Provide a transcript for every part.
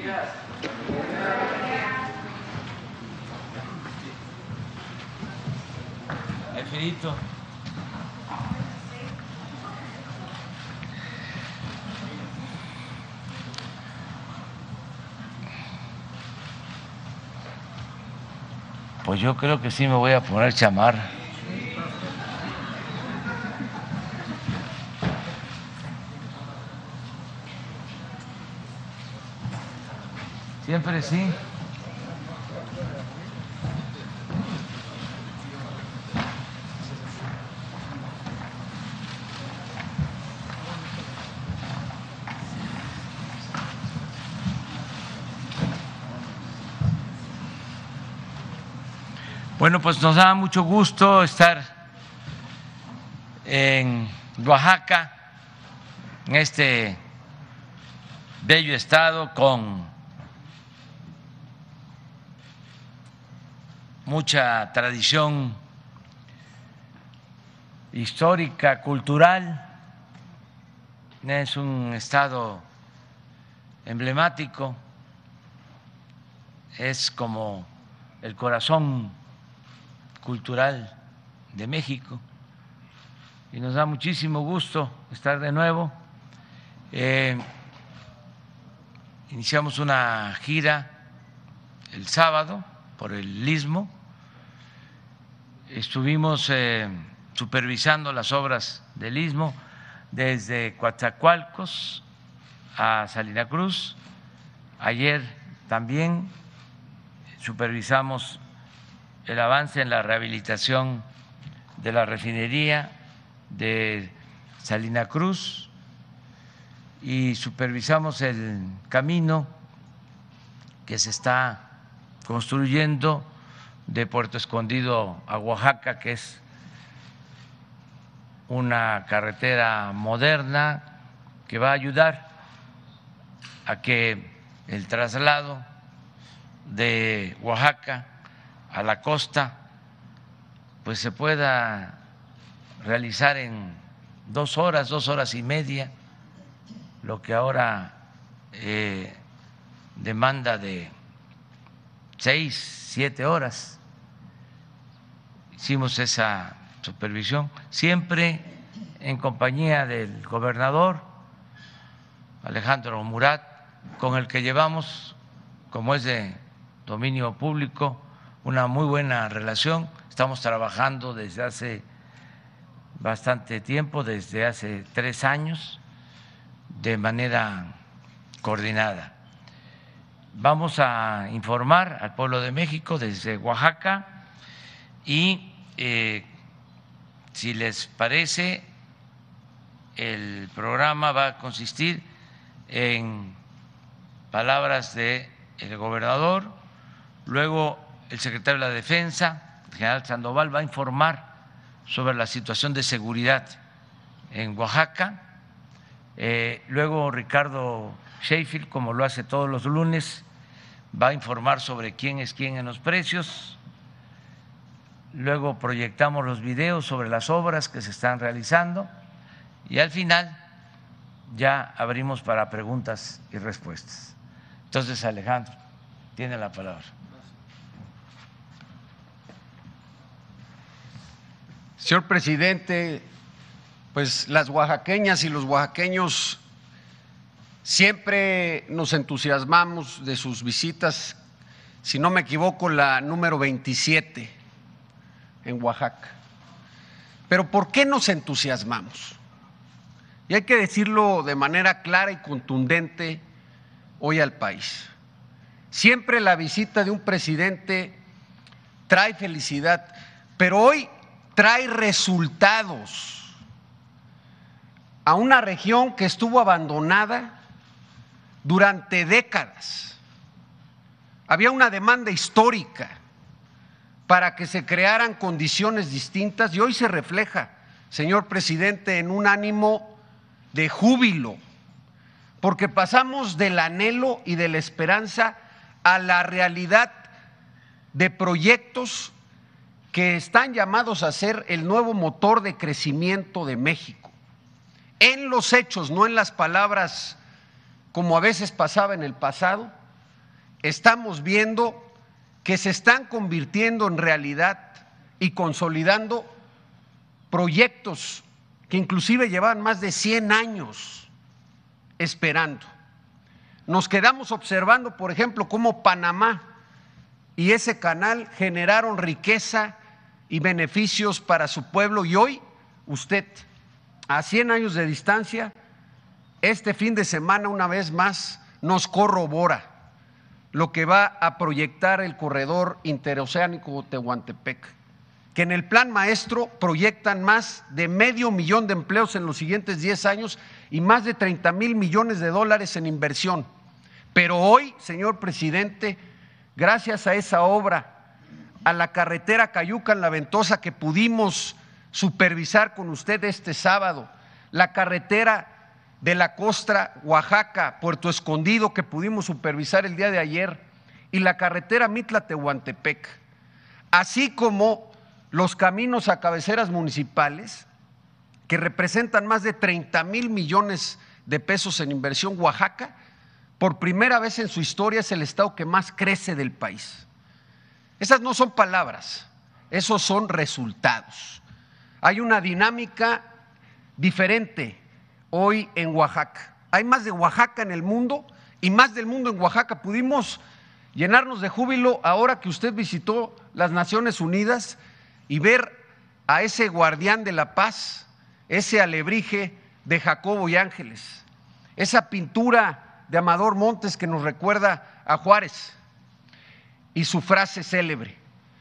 Alfredito. Pues yo creo que sí me voy a poner chamarra. Siempre sí. Bueno, pues nos da mucho gusto estar en Oaxaca, en este bello estado con mucha tradición histórica, cultural. Es un estado emblemático, es como el corazón cultural de México y nos da muchísimo gusto estar de nuevo. Iniciamos una gira el sábado por el Istmo, estuvimos supervisando las obras del Istmo desde Coatzacoalcos a Salina Cruz. Ayer también supervisamos el avance en la rehabilitación de la refinería de Salina Cruz y supervisamos el camino que se está construyendo de Puerto Escondido a Oaxaca, que es una carretera moderna que va a ayudar a que el traslado de Oaxaca a la costa pues se pueda realizar en 2 horas, 2 horas y media, lo que ahora demanda de 6, 7 horas. Hicimos esa supervisión, siempre en compañía del gobernador Alejandro Murat, con el que llevamos, como es de dominio público, una muy buena relación. Estamos trabajando desde hace bastante tiempo, desde hace 3 años, de manera coordinada. Vamos a informar al pueblo de México desde Oaxaca y si les parece, el programa va a consistir en palabras del gobernador, luego el secretario de la Defensa, el general Sandoval, va a informar sobre la situación de seguridad en Oaxaca, luego Ricardo Sheffield, como lo hace todos los lunes, va a informar sobre quién es quién en los precios, luego proyectamos los videos sobre las obras que se están realizando y al final ya abrimos para preguntas y respuestas. Entonces, Alejandro, tiene la palabra. Señor presidente, pues las oaxaqueñas y los oaxaqueños siempre nos entusiasmamos de sus visitas, si no me equivoco, la número 27 en Oaxaca. Pero ¿por qué nos entusiasmamos? Y hay que decirlo de manera clara y contundente hoy al país. Siempre la visita de un presidente trae felicidad, pero hoy trae resultados a una región que estuvo abandonada durante décadas. Había una demanda histórica para que se crearan condiciones distintas y hoy se refleja, señor presidente, en un ánimo de júbilo, porque pasamos del anhelo y de la esperanza a la realidad de proyectos que están llamados a ser el nuevo motor de crecimiento de México. En los hechos, no en las palabras como a veces pasaba en el pasado, estamos viendo que se están convirtiendo en realidad y consolidando proyectos que inclusive llevaban más de 100 años esperando. Nos quedamos observando, por ejemplo, cómo Panamá y ese canal generaron riqueza y beneficios para su pueblo, y hoy usted, a 100 años de distancia, este fin de semana una vez más nos corrobora lo que va a proyectar el corredor interoceánico Tehuantepec, que en el plan maestro proyectan más de $500,000 de empleos en los siguientes 10 años y más de $30,000 millones en inversión. Pero hoy, señor presidente, gracias a esa obra, a la carretera Cayucan-La Ventosa que pudimos supervisar con usted este sábado, la carretera de la costa Oaxaca, Puerto Escondido, que pudimos supervisar el día de ayer, y la carretera Mitla-Tehuantepec, así como los caminos a cabeceras municipales, que representan más de $30,000 millones en inversión. Oaxaca, por primera vez en su historia, es el estado que más crece del país. Esas no son palabras, esos son resultados. Hay una dinámica diferente hoy en Oaxaca. Hay más de Oaxaca en el mundo y más del mundo en Oaxaca. Pudimos llenarnos de júbilo ahora que usted visitó las Naciones Unidas y ver a ese guardián de la paz, ese alebrije de Jacobo y Ángeles, esa pintura de Amador Montes que nos recuerda a Juárez y su frase célebre.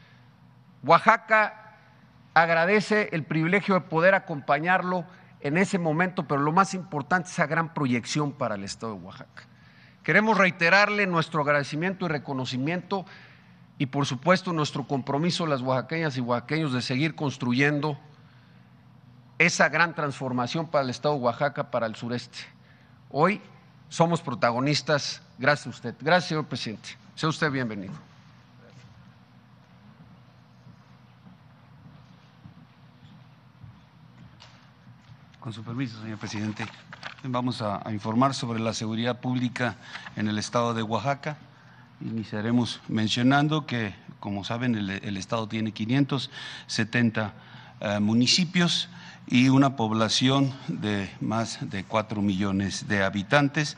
Oaxaca agradece el privilegio de poder acompañarlo en ese momento, pero lo más importante, esa gran proyección para el estado de Oaxaca. Queremos reiterarle nuestro agradecimiento y reconocimiento y por supuesto nuestro compromiso, las oaxaqueñas y oaxaqueños, de seguir construyendo esa gran transformación para el estado de Oaxaca, para el sureste. Hoy somos protagonistas, gracias a usted. Gracias, señor presidente. Sea usted bienvenido. Con su permiso, señor presidente, vamos a informar sobre la seguridad pública en el estado de Oaxaca. Iniciaremos mencionando que, como saben, el estado tiene 570 municipios y una población de más de 4 millones de habitantes.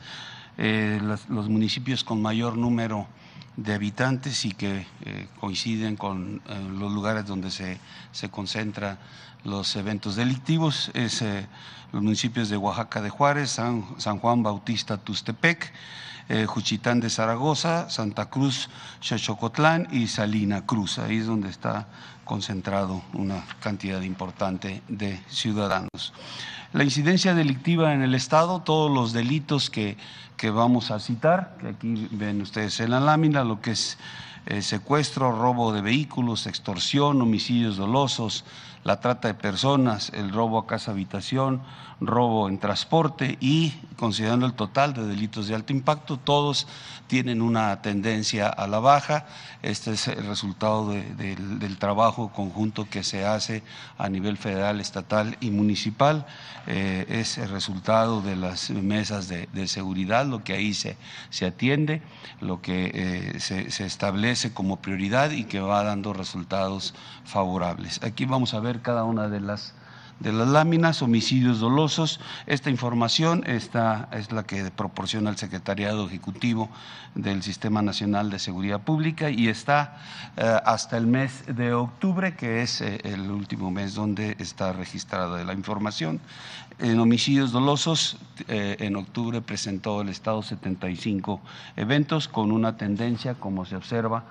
Los municipios con mayor número de habitantes y que coinciden con los lugares donde se concentran los eventos delictivos es los municipios de Oaxaca de Juárez, San Juan Bautista Tuxtepec, Juchitán de Zaragoza, Santa Cruz, Xochocotlán y Salina Cruz. Ahí es donde está concentrado una cantidad importante de ciudadanos. La incidencia delictiva en el estado, todos los delitos que vamos a citar, que aquí ven ustedes en la lámina, lo que es secuestro, robo de vehículos, extorsión, homicidios dolosos, la trata de personas, el robo a casa habitación, robo en transporte y, considerando el total de delitos de alto impacto, todos tienen una tendencia a la baja. Este es el resultado del trabajo conjunto que se hace a nivel federal, estatal y municipal. Es el resultado de las mesas de seguridad, lo que ahí se atiende, lo que se establece como prioridad y que va dando resultados favorables. Aquí vamos a ver cada una de las láminas. Homicidios dolosos. Esta información es la que proporciona el Secretariado Ejecutivo del Sistema Nacional de Seguridad Pública y está hasta el mes de octubre, que es el último mes donde está registrada la información. En homicidios dolosos, en octubre presentó el Estado 75 eventos con una tendencia, como se observa,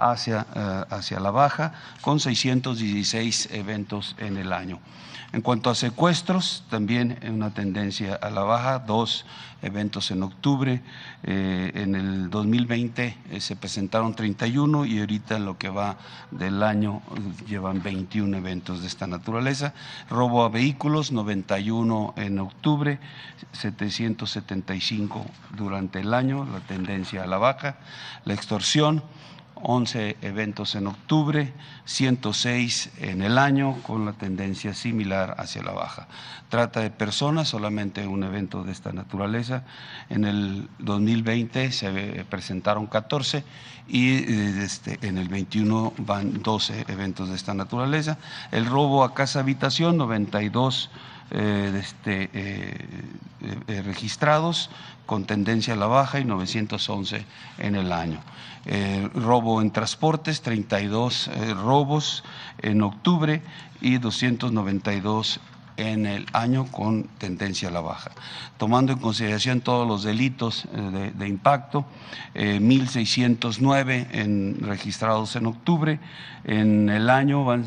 hacia la baja, con 616 eventos en el año. En cuanto a secuestros, también una tendencia a la baja, 2 eventos en octubre. En el 2020 se presentaron 31 y ahorita en lo que va del año llevan 21 eventos de esta naturaleza. Robo a vehículos, 91 en octubre, 775 durante el año, la tendencia a la baja. La extorsión, 11 eventos en octubre, 106 en el año, con la tendencia similar hacia la baja. Trata de personas, solamente un evento de esta naturaleza. En el 2020 se presentaron 14 y en el 21 van 12 eventos de esta naturaleza. El robo a casa habitación, 92 registrados con tendencia a la baja y 911 en el año. Robo en transportes, 32 robos en octubre y 292 en el año con tendencia a la baja. Tomando en consideración todos los delitos de impacto, 1.609 registrados en octubre, en el año van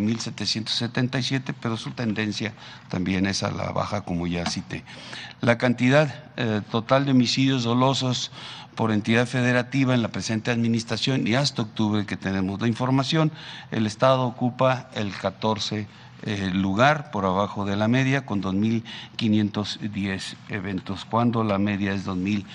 7.777, pero su tendencia también es a la baja, como ya cité. La cantidad total de homicidios dolosos por entidad federativa en la presente administración y hasta octubre que tenemos la información, el Estado ocupa el 14 lugar por abajo de la media con 2.510 eventos, cuando la media es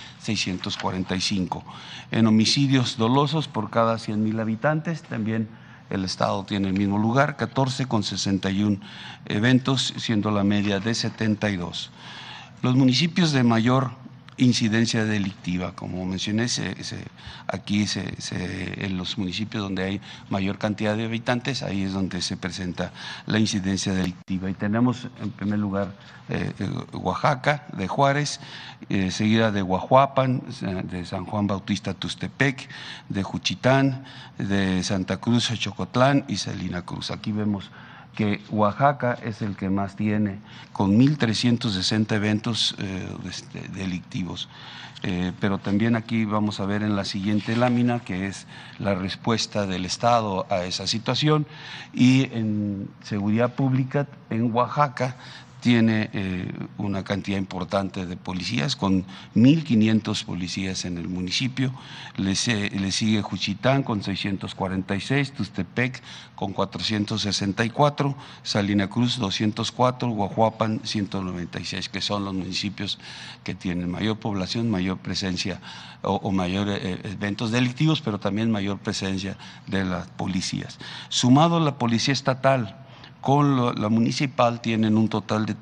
2.645. En homicidios dolosos por cada 100.000 habitantes también el Estado tiene el mismo lugar, 14 con 61 eventos, siendo la media de 72. Los municipios de mayor incidencia delictiva, como mencioné, aquí en los municipios donde hay mayor cantidad de habitantes, ahí es donde se presenta la incidencia delictiva. Y tenemos en primer lugar Oaxaca, de Juárez, seguida de Guajuapan, de San Juan Bautista Tustepec, de Juchitán, de Santa Cruz, Xocotlán y Salina Cruz. Aquí vemos que Oaxaca es el que más tiene, con 1.360 eventos delictivos. Pero también aquí vamos a ver en la siguiente lámina, que es la respuesta del Estado a esa situación, y en seguridad pública en Oaxaca tiene una cantidad importante de policías, con 1.500 policías en el municipio. Le sigue Juchitán con 646, Tustepec con 464, Salina Cruz 204, Guajuapan 196, que son los municipios que tienen mayor población, mayor presencia o mayor eventos delictivos, pero también mayor presencia de las policías. Sumado la policía estatal con la municipal, tienen un total de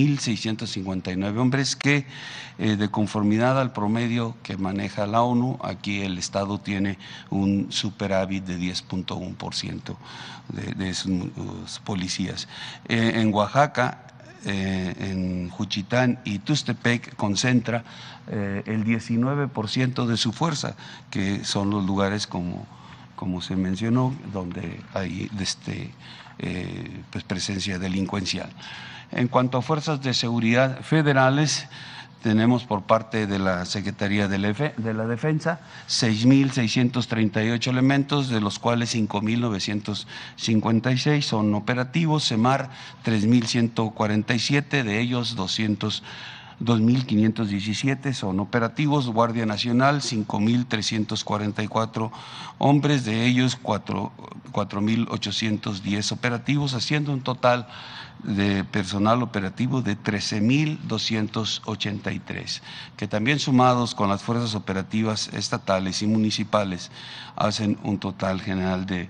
13.659 hombres que, de conformidad al promedio que maneja la ONU, aquí el Estado tiene un superávit de 10.1% de sus policías. En Oaxaca, en Juchitán y Tustepec concentra el 19% de su fuerza, que son los lugares como se mencionó, donde hay pues presencia delincuencial. En cuanto a fuerzas de seguridad federales, tenemos por parte de la Secretaría de la Defensa 6.638 elementos, de los cuales 5.956 son operativos, SEMAR 3.147, de ellos 2.517 son operativos, Guardia Nacional 5.344 hombres, de ellos 4.810 operativos, haciendo un total de personal operativo de 13.283, que también sumados con las fuerzas operativas estatales y municipales hacen un total general de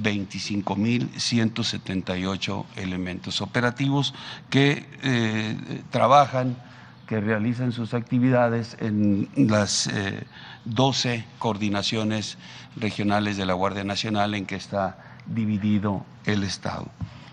25.178 elementos operativos que trabajan, que realizan sus actividades en las 12 coordinaciones regionales de la Guardia Nacional en que está dividido el Estado.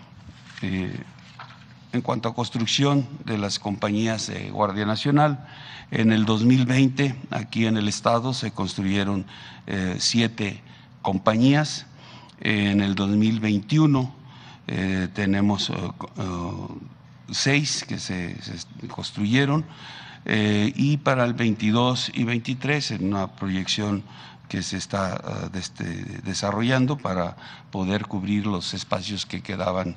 En cuanto a construcción de las compañías de Guardia Nacional, en el 2020 aquí en el Estado se construyeron 7 compañías. En el 2021 tenemos 6 que se construyeron, y para el 22 y 23 en una proyección que se está desarrollando para poder cubrir los espacios que quedaban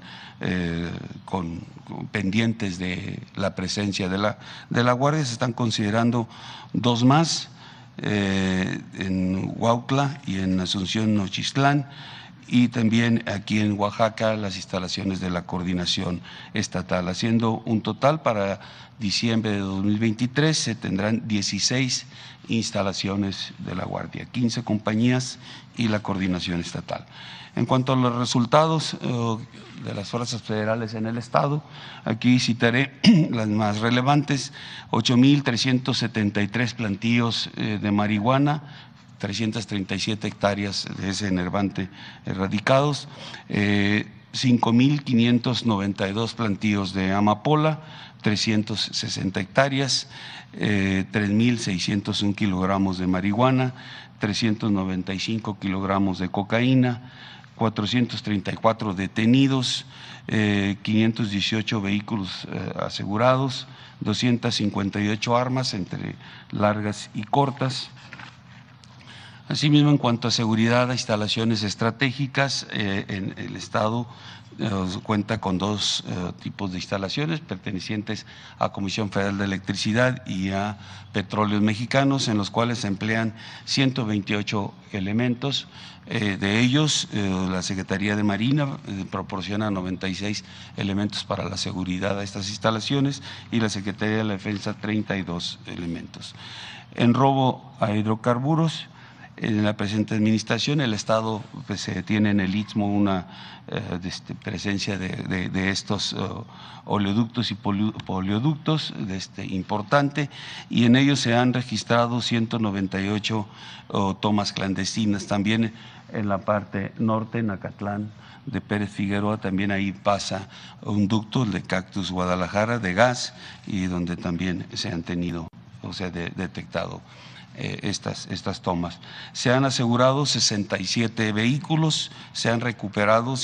pendientes de la presencia de la Guardia. Se están considerando 2 más en Huautla y en Asunción Nochistlán, y también aquí en Oaxaca las instalaciones de la coordinación estatal, haciendo un total para diciembre de 2023 se tendrán 16 instalaciones de la Guardia, 15 compañías y la coordinación estatal. En cuanto a los resultados de las fuerzas federales en el estado, aquí citaré las más relevantes: 8,373 plantíos de marihuana, 337 hectáreas de ese enervante erradicados, 5,592 plantíos de amapola, 360 hectáreas, 3,601 kilogramos de marihuana, 395 kilogramos de cocaína, 434 detenidos, 518 vehículos asegurados, 258 armas entre largas y cortas. Asimismo, en cuanto a seguridad a instalaciones estratégicas, en el estado cuenta con dos tipos de instalaciones pertenecientes a Comisión Federal de Electricidad y a Petróleos Mexicanos, en los cuales se emplean 128 elementos. De ellos, la Secretaría de Marina proporciona 96 elementos para la seguridad a estas instalaciones y la Secretaría de la Defensa 32 elementos. En robo a hidrocarburos, en la presente administración, el Estado pues, tiene en el Istmo una presencia de estos oleoductos y polioductos importante, y en ellos se han registrado 198 tomas clandestinas. También en la parte norte, en Acatlán de Pérez Figueroa, también ahí pasa un ducto, el de Cactus Guadalajara, de gas, y donde también se han tenido, detectado estas tomas. Se han asegurado 67 vehículos, se han recuperado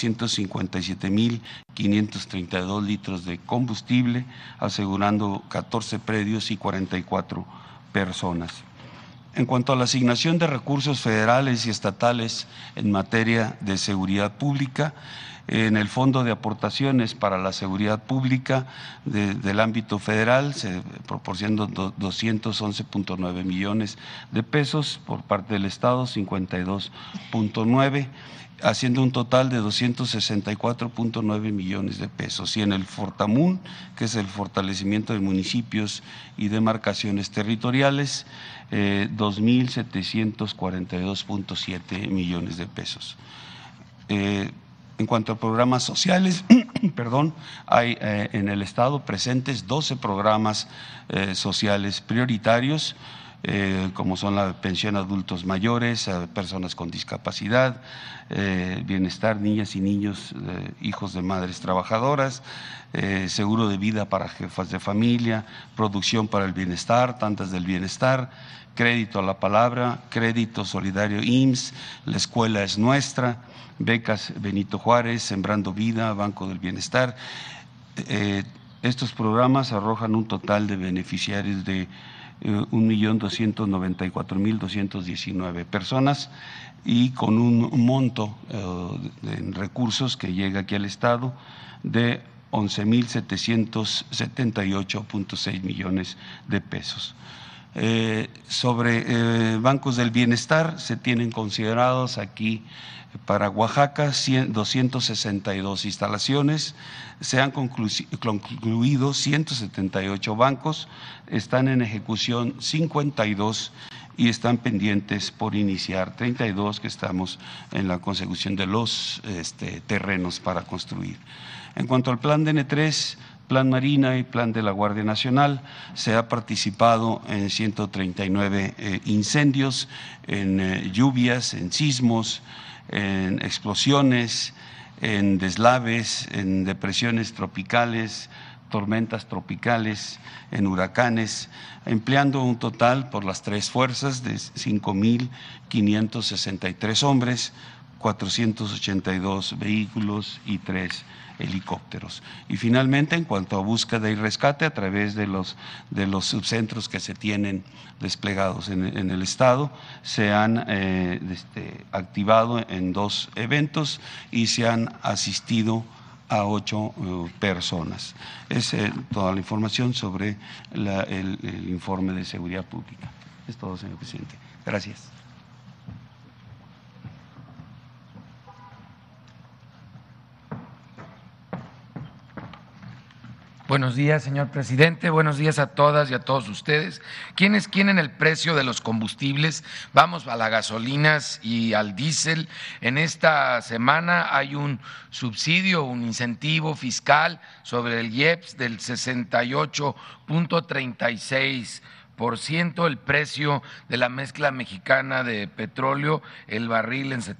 157,532 litros de combustible, asegurando 14 predios y 44 personas. En cuanto a la asignación de recursos federales y estatales en materia de seguridad pública, en el Fondo de Aportaciones para la Seguridad Pública del ámbito federal se proporcionan 211.9 millones de pesos, por parte del Estado 52.9, haciendo un total de 264.9 millones de pesos. Y en el Fortamun, que es el fortalecimiento de municipios y demarcaciones territoriales, 2.742.7 millones de pesos. En cuanto a programas sociales, hay en el Estado presentes 12 programas sociales prioritarios, como son la pensión a adultos mayores, a personas con discapacidad, bienestar, niñas y niños, hijos de madres trabajadoras, seguro de vida para jefas de familia, producción para el bienestar, tantas del bienestar, crédito a la palabra, crédito solidario IMSS, la escuela es nuestra, becas Benito Juárez, Sembrando Vida, Banco del Bienestar. Estos programas arrojan un total de beneficiarios de 1.294.219 personas, y con un monto en recursos que llega aquí al Estado de 11.778.6 millones de pesos. Sobre bancos del bienestar, se tienen considerados aquí para Oaxaca 262 instalaciones, se han concluido 178 bancos, están en ejecución 52 y están pendientes por iniciar 32, que estamos en la consecución de los terrenos para construir. En cuanto al plan DN3, Plan Marina y Plan de la Guardia Nacional, se ha participado en 139 incendios, en lluvias, en sismos, en explosiones, en deslaves, en depresiones tropicales, tormentas tropicales, en huracanes, empleando un total por las tres fuerzas de 5,563 hombres, 482 vehículos y 3 helicópteros. Y finalmente, en cuanto a búsqueda y rescate, a través de los subcentros que se tienen desplegados en el Estado, se han activado en 2 eventos y se han asistido a 8 personas. Es toda la información sobre el informe de seguridad pública. Es todo, señor presidente. Gracias. Buenos días, señor presidente. Buenos días a todas y a todos ustedes. ¿Quiénes quieren el precio de los combustibles? Vamos a las gasolinas y al diésel. En esta semana hay un subsidio, un incentivo fiscal sobre el IEPS del 68.36%, el precio de la mezcla mexicana de petróleo, el barril en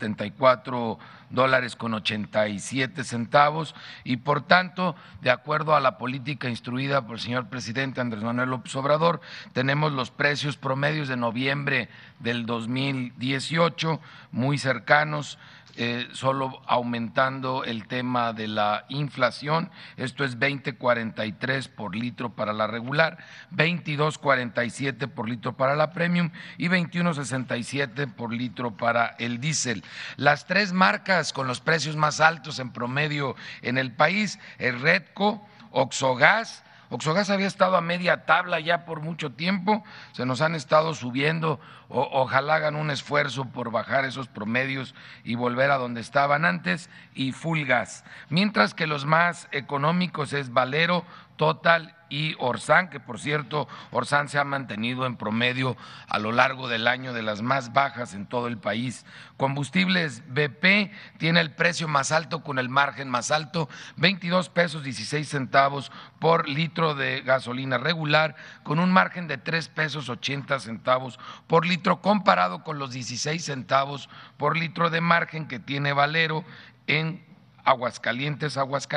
$74.87, y por tanto, de acuerdo a la política instruida por el señor presidente Andrés Manuel López Obrador, tenemos los precios promedios de noviembre del 2018 muy cercanos, solo aumentando el tema de la inflación. Esto es 20.43 por litro para la regular, 22.47 por litro para la premium y 21.67 por litro para el diésel. Las tres marcas con los precios más altos en promedio en el país, el Redco, Oxogas. Oxogas había estado a media tabla ya por mucho tiempo, se nos han estado subiendo, ojalá hagan un esfuerzo por bajar esos promedios y volver a donde estaban antes, y Fulgas. Mientras que los más económicos es Valero, Total y Orsan, que por cierto Orsan se ha mantenido en promedio a lo largo del año de las más bajas en todo el país. Combustibles BP tiene el precio más alto con el margen más alto, 22 pesos 16 centavos por litro de gasolina regular, con un margen de 3 pesos 80 centavos por litro, comparado con los 16 centavos por litro de margen que tiene Valero en Aguascalientes,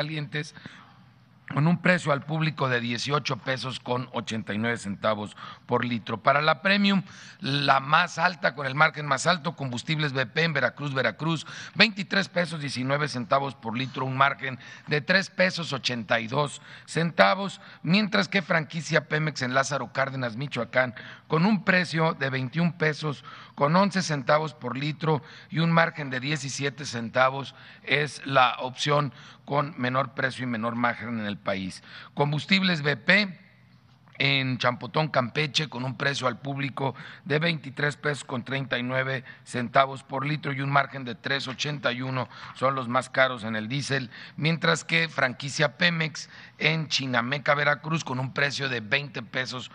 con un precio al público de 18 pesos con 89 centavos por litro. Para la premium, la más alta, con el margen más alto, Combustibles BP en Veracruz, 23 pesos 19 centavos por litro, un margen de 3 pesos 82 centavos, mientras que franquicia Pemex en Lázaro Cárdenas, Michoacán, con un precio de 21 pesos con 11 centavos por litro y un margen de 17 centavos, es la opción con menor precio y menor margen en el país. Combustibles BP en Champotón, Campeche, con un precio al público de 23 pesos con 39 centavos por litro y un margen de 3.81, son los más caros en el diésel, mientras que franquicia Pemex en Chinameca, Veracruz, con un precio de 20 pesos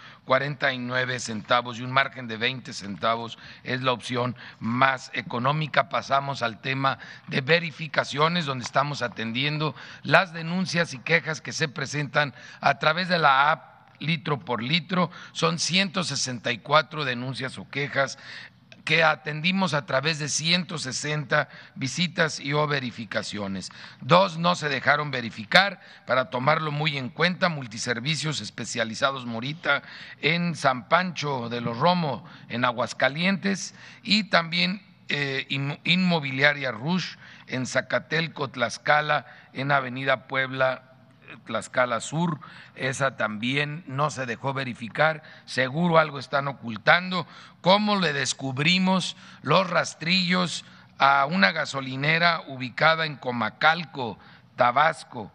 49 centavos y un margen de 20 centavos, es la opción más económica. Pasamos al tema de verificaciones, donde estamos atendiendo las denuncias y quejas que se presentan a través de la app Litro por Litro. Son 164 denuncias o quejas que atendimos a través de 160 visitas y o verificaciones. 2 no se dejaron verificar, para tomarlo muy en cuenta. Multiservicios Especializados Morita en San Pancho de los Romo, en Aguascalientes, y también Inmobiliaria Rush en Zacatelco, Tlaxcala, en Avenida Puebla, Tlaxcala Sur, esa también no se dejó verificar, seguro algo están ocultando. ¿Cómo le descubrimos los rastrillos a una gasolinera ubicada en Comacalco, Tabasco?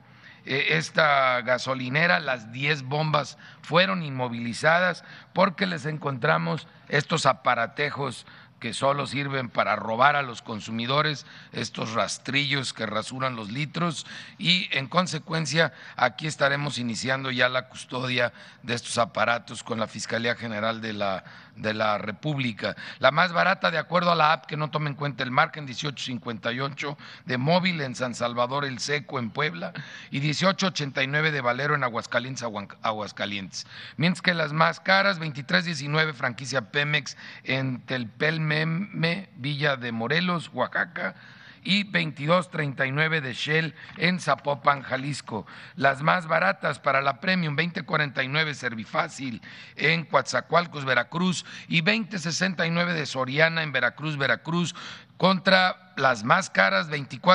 Esta gasolinera, las 10 bombas fueron inmovilizadas porque les encontramos estos aparatejos que solo sirven para robar a los consumidores, estos rastrillos que rasuran los litros, y en consecuencia aquí estaremos iniciando ya la custodia de estos aparatos con la Fiscalía General de la República. La más barata, de acuerdo a la app que no toma en cuenta el margen, 18.58 de Móvil en San Salvador El Seco en Puebla y 18.89 de Valero en Aguascalientes. Mientras que las más caras, 23.19 franquicia Pemex en Telpelmeme, Villa de Morelos, Oaxaca, y 22.39 de Shell en Zapopan, Jalisco. Las más baratas para la Premium, 20.49 Servifácil en Coatzacoalcos, Veracruz, y 20.69 de Soriana en Veracruz, contra las más caras,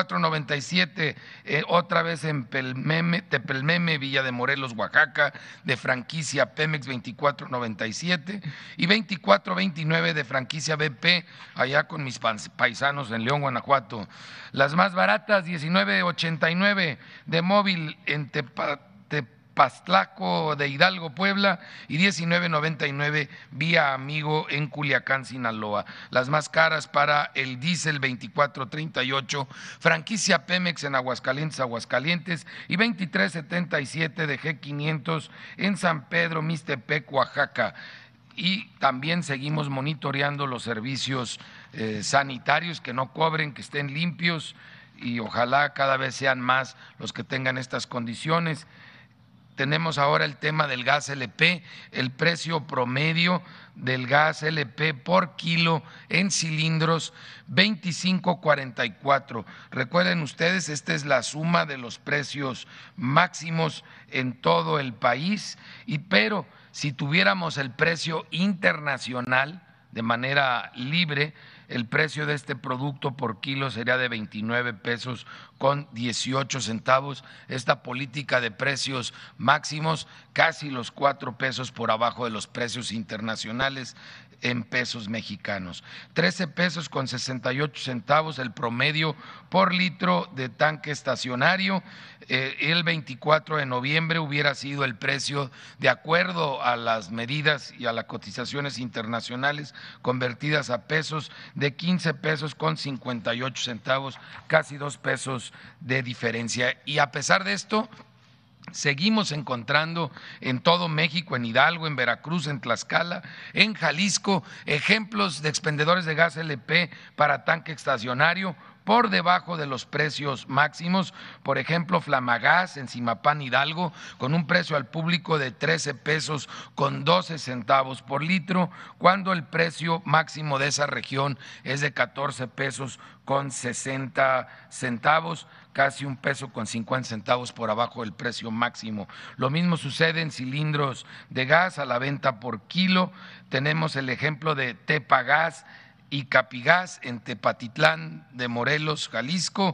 24.97 otra vez en Tepelmeme, Villa de Morelos, Oaxaca, de franquicia Pemex, 24.97, y 24.29 de franquicia BP allá con mis paisanos en León, Guanajuato. Las más baratas, 19.89 de Móvil en Pastlaco de Hidalgo, Puebla, y 19.99 vía Amigo en Culiacán, Sinaloa. Las más caras para el diésel 24.38, franquicia Pemex en Aguascalientes, y 23.77 de G500 en San Pedro, Mixtepec, Oaxaca. Y también seguimos monitoreando los servicios sanitarios, que no cobren, que estén limpios, y ojalá cada vez sean más los que tengan estas condiciones. Tenemos ahora el tema del gas LP, el precio promedio del gas LP por kilo en cilindros 25.44. Recuerden ustedes, esta es la suma de los precios máximos en todo el país, pero si tuviéramos el precio internacional de manera libre, el precio de este producto por kilo sería de 29 pesos con 18 centavos. Esta política de precios máximos, casi los 4 pesos por abajo de los precios internacionales en pesos mexicanos. 13 pesos con 68 centavos el promedio por litro de tanque estacionario. El 24 de noviembre hubiera sido el precio, de acuerdo a las medidas y a las cotizaciones internacionales convertidas a pesos, de 15 pesos con 58 centavos, casi 2 pesos de diferencia. Y a pesar de esto, seguimos encontrando en todo México, en Hidalgo, en Veracruz, en Tlaxcala, en Jalisco, ejemplos de expendedores de gas LP para tanque estacionario por debajo de los precios máximos. Por ejemplo, Flamagas en Zimapán, Hidalgo, con un precio al público de 13 pesos con 12 centavos por litro, cuando el precio máximo de esa región es de 14 pesos con 60 centavos, casi 1 peso con 50 centavos por abajo del precio máximo. Lo mismo sucede en cilindros de gas a la venta por kilo. Tenemos el ejemplo de Tepagas y Capigas en Tepatitlán de Morelos, Jalisco,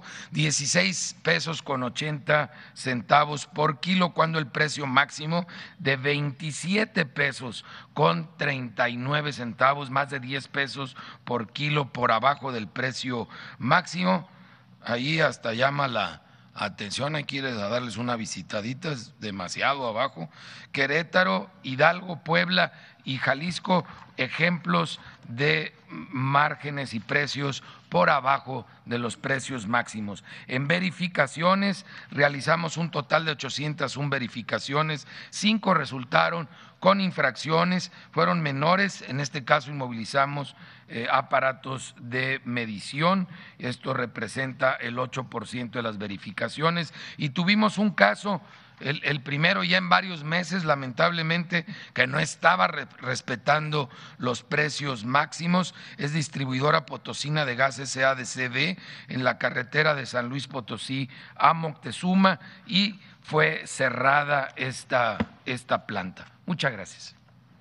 16 pesos con 80 centavos por kilo, cuando el precio máximo de 27 pesos con 39 centavos, más de 10 pesos por kilo por abajo del precio máximo. Ahí hasta llama la atención, hay que ir a darles una visitadita, es demasiado abajo. Querétaro, Hidalgo, Puebla y Jalisco, ejemplos de márgenes y precios por abajo de los precios máximos. En verificaciones realizamos un total de 801 verificaciones, 5 resultaron con infracciones, fueron menores. En este caso inmovilizamos aparatos de medición, esto representa el 8% de las verificaciones, y tuvimos un caso, el primero ya en varios meses, lamentablemente, que no estaba respetando los precios máximos. Es Distribuidora Potosina de Gas SADCB en la carretera de San Luis Potosí a Moctezuma, y fue cerrada esta planta. Muchas gracias.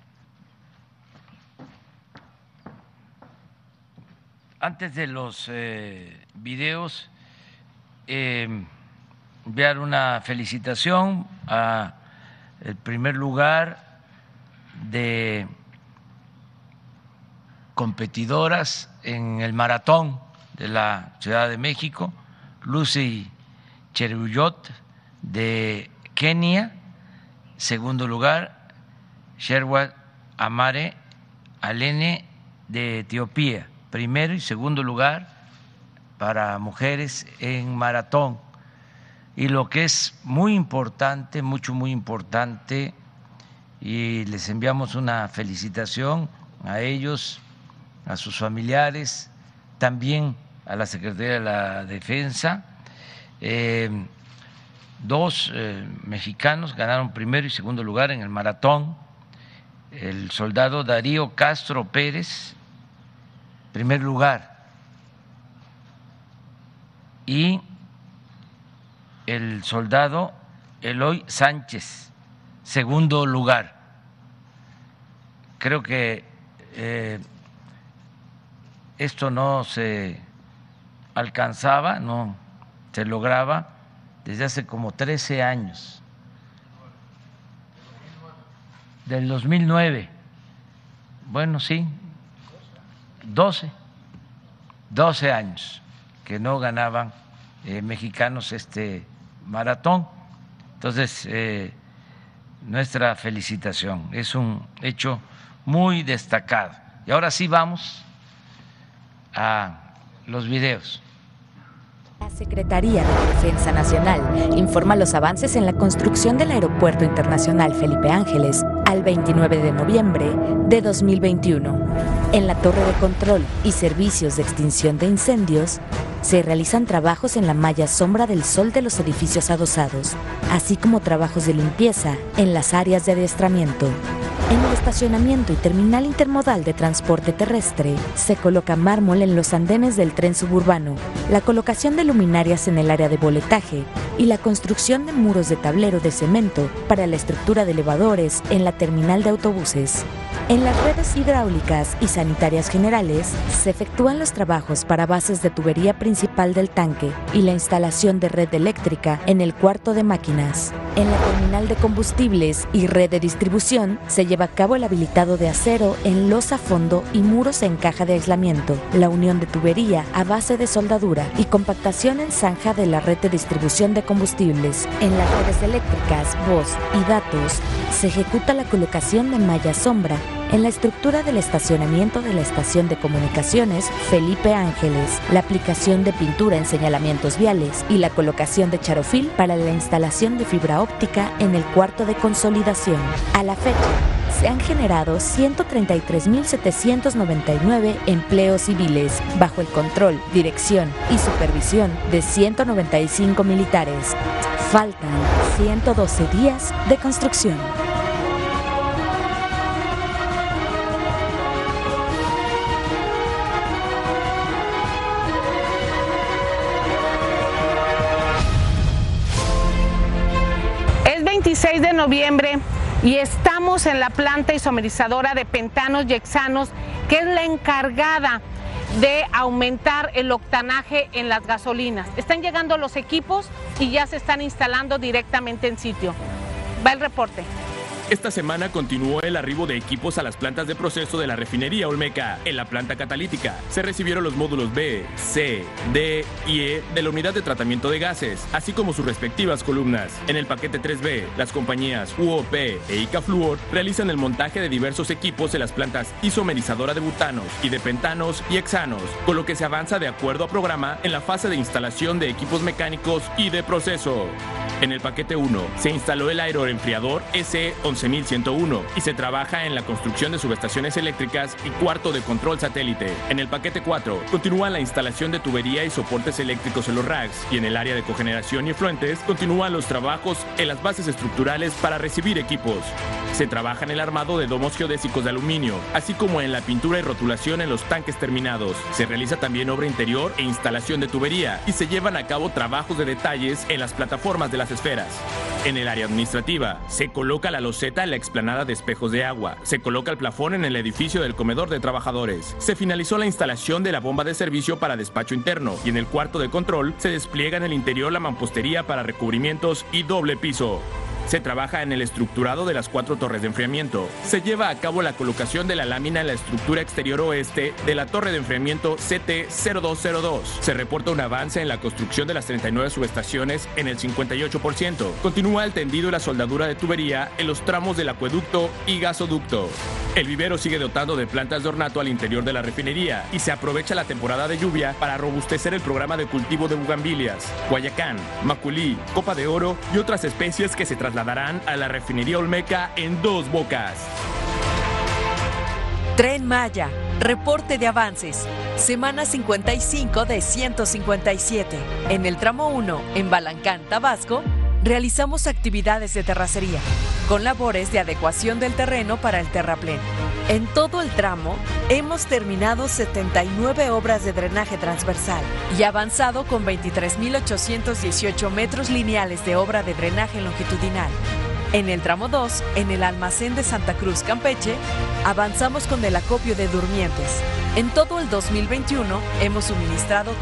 Antes de los videos, enviar una felicitación a el primer lugar de competidoras en el maratón de la Ciudad de México, Lucy Cheruyot de Kenia, segundo lugar, Sherwat Amare Alene de Etiopía, primero y segundo lugar para mujeres en maratón. Y lo que es muy importante, muy importante, y les enviamos una felicitación a ellos, a sus familiares, también a la Secretaría de la Defensa. 2 mexicanos ganaron primero y segundo lugar en el maratón. El soldado Darío Castro Pérez, primer lugar, y el soldado Eloy Sánchez, segundo lugar. Creo que esto no se alcanzaba, no se lograba desde hace como 13 años, del 2009. Bueno, sí, 12 años que no ganaban mexicanos este maratón. Entonces, nuestra felicitación. Es un hecho muy destacado. Y ahora sí vamos a los videos. La Secretaría de Defensa Nacional informa los avances en la construcción del Aeropuerto Internacional Felipe Ángeles al 29 de noviembre de 2021. En la torre de control y servicios de extinción de incendios, se realizan trabajos en la malla sombra del sol de los edificios adosados, así como trabajos de limpieza en las áreas de adiestramiento. En el estacionamiento y terminal intermodal de transporte terrestre, se coloca mármol en los andenes del tren suburbano, la colocación de luminarias en el área de boletaje y la construcción de muros de tablero de cemento para la estructura de elevadores en la terminal de autobuses. En las redes hidráulicas y sanitarias generales, se efectúan los trabajos para bases de tubería principal del tanque y la instalación de red eléctrica en el cuarto de máquinas. En la terminal de combustibles y red de distribución, se lleva a cabo el habilitado de acero en losa fondo y muros en caja de aislamiento, la unión de tubería a base de soldadura y compactación en zanja de la red de distribución de combustibles. En las redes eléctricas, voz y datos, se ejecuta la colocación de malla sombra en la estructura del estacionamiento de la estación de comunicaciones Felipe Ángeles, la aplicación de pintura en señalamientos viales y la colocación de charofil para la instalación de fibra óptica en el cuarto de consolidación. A la fecha, se han generado 133.799 empleos civiles bajo el control, dirección y supervisión de 195 militares. Faltan 112 días de construcción. Es 26 de noviembre y estamos en la planta isomerizadora de pentanos y hexanos, que es la encargada de aumentar el octanaje en las gasolinas. Están llegando los equipos y ya se están instalando directamente en sitio. Va el reporte. Esta semana continuó el arribo de equipos a las plantas de proceso de la refinería Olmeca. En la planta catalítica se recibieron los módulos B, C, D y E de la unidad de tratamiento de gases, así como sus respectivas columnas. En el paquete 3B, las compañías UOP e Icafluor realizan el montaje de diversos equipos en las plantas isomerizadora de butanos y de pentanos y hexanos, con lo que se avanza de acuerdo a programa en la fase de instalación de equipos mecánicos y de proceso. En el paquete 1 se instaló el aeroenfriador S11101 y se trabaja en la construcción de subestaciones eléctricas y cuarto de control satélite. En el paquete 4 continúa la instalación de tubería y soportes eléctricos en los racks, y en el área de cogeneración y efluentes continúan los trabajos en las bases estructurales para recibir equipos. Se trabaja en el armado de domos geodésicos de aluminio, así como en la pintura y rotulación en los tanques terminados. Se realiza también obra interior e instalación de tubería, y se llevan a cabo trabajos de detalles en las plataformas de las esferas. En el área administrativa, se coloca la loseta en la explanada de espejos de agua, se coloca el plafón en el edificio del comedor de trabajadores, se finalizó la instalación de la bomba de servicio para despacho interno, y en el cuarto de control se despliega en el interior la mampostería para recubrimientos y doble piso. Se trabaja en el estructurado de las 4 torres de enfriamiento. Se lleva a cabo la colocación de la lámina en la estructura exterior oeste de la torre de enfriamiento CT0202. Se reporta un avance en la construcción de las 39 subestaciones en el 58%. Continúa el tendido y la soldadura de tubería en los tramos del acueducto y gasoducto. El vivero sigue dotando de plantas de ornato al interior de la refinería, y se aprovecha la temporada de lluvia para robustecer el programa de cultivo de bugambilias, guayacán, maculí, copa de oro y otras especies que se trasladarán a la refinería Olmeca en Dos Bocas. Tren Maya, reporte de avances. Semana 55 de 157. En el tramo 1, en Balancán, Tabasco, realizamos actividades de terracería, con labores de adecuación del terreno para el terraplén. En todo el tramo, hemos terminado 79 obras de drenaje transversal y avanzado con 23.818 metros lineales de obra de drenaje longitudinal. En el tramo 2, en el almacén de Santa Cruz, Campeche, avanzamos con el acopio de durmientes. En todo el 2021 hemos suministrado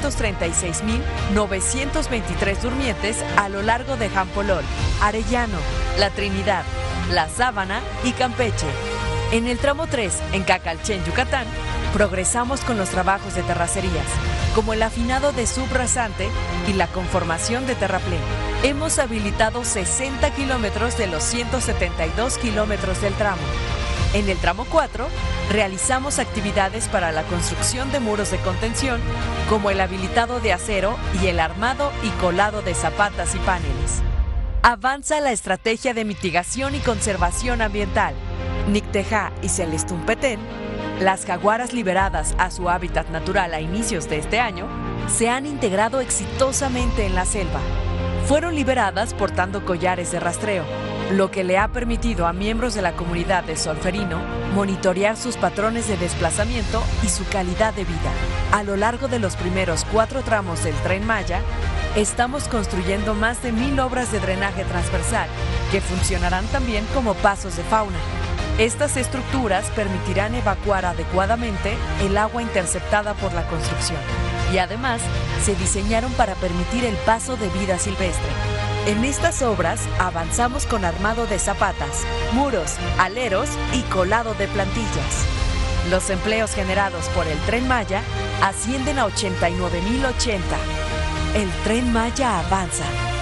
336.923 durmientes a lo largo de Jampolol, Arellano, La Trinidad, La Sábana y Campeche. En el tramo 3, en Cacalchen, Yucatán, progresamos con los trabajos de terracerías, como el afinado de subrasante y la conformación de terraplén. Hemos habilitado 60 kilómetros de los 172 kilómetros del tramo. En el tramo 4, realizamos actividades para la construcción de muros de contención, como el habilitado de acero y el armado y colado de zapatas y paneles. Avanza la estrategia de mitigación y conservación ambiental. Nicteja y Celestún-Petén, las jaguaras liberadas a su hábitat natural a inicios de este año, se han integrado exitosamente en la selva. Fueron liberadas portando collares de rastreo, lo que le ha permitido a miembros de la comunidad de Solferino monitorear sus patrones de desplazamiento y su calidad de vida. A lo largo de los primeros 4 tramos del Tren Maya, estamos construyendo más de 1000 obras de drenaje transversal, que funcionarán también como pasos de fauna. Estas estructuras permitirán evacuar adecuadamente el agua interceptada por la construcción y además se diseñaron para permitir el paso de vida silvestre. En estas obras avanzamos con armado de zapatas, muros, aleros y colado de plantillas. Los empleos generados por el Tren Maya ascienden a 89,080. El Tren Maya avanza.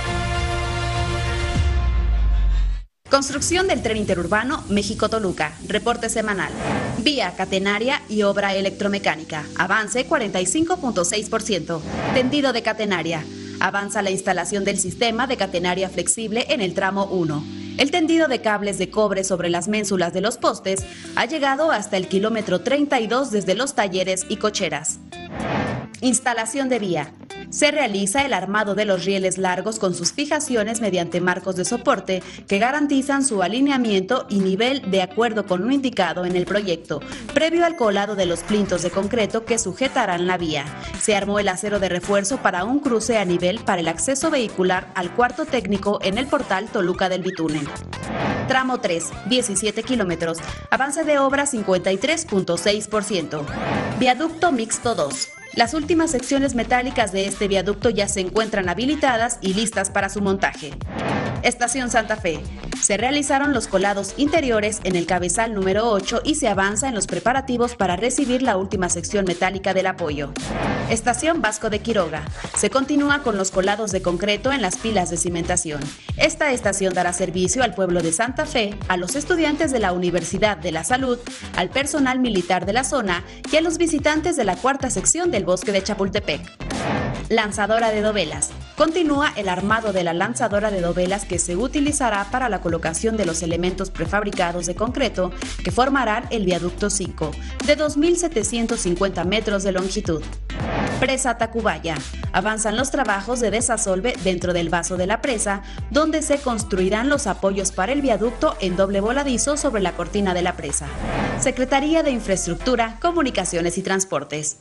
Construcción del tren interurbano México-Toluca. Reporte semanal. Vía catenaria y obra electromecánica. Avance 45.6%. Tendido de catenaria. Avanza la instalación del sistema de catenaria flexible en el tramo 1. El tendido de cables de cobre sobre las ménsulas de los postes ha llegado hasta el kilómetro 32 desde los talleres y cocheras. Instalación de vía. Se realiza el armado de los rieles largos con sus fijaciones mediante marcos de soporte que garantizan su alineamiento y nivel de acuerdo con lo indicado en el proyecto, previo al colado de los plintos de concreto que sujetarán la vía. Se armó el acero de refuerzo para un cruce a nivel para el acceso vehicular al cuarto técnico en el portal Toluca del Bitúnel. Tramo 3, 17 kilómetros. Avance de obra 53.6%. Viaducto mixto 2. Las últimas secciones metálicas de este viaducto ya se encuentran habilitadas y listas para su montaje. Estación Santa Fe. Se realizaron los colados interiores en el cabezal número 8 y se avanza en los preparativos para recibir la última sección metálica del apoyo. Estación Vasco de Quiroga. Se continúa con los colados de concreto en las pilas de cimentación. Esta estación dará servicio al pueblo de Santa Fe, a los estudiantes de la Universidad de la Salud, al personal militar de la zona y a los visitantes de la cuarta sección del Bosque de Chapultepec. Lanzadora de dovelas. Continúa el armado de la lanzadora de dovelas que se utilizará para la colocación de los elementos prefabricados de concreto que formarán el viaducto 5, de 2.750 metros de longitud. Presa Tacubaya. Avanzan los trabajos de desasolve dentro del vaso de la presa, donde se construirán los apoyos para el viaducto en doble voladizo sobre la cortina de la presa. Secretaría de Infraestructura, Comunicaciones y Transportes.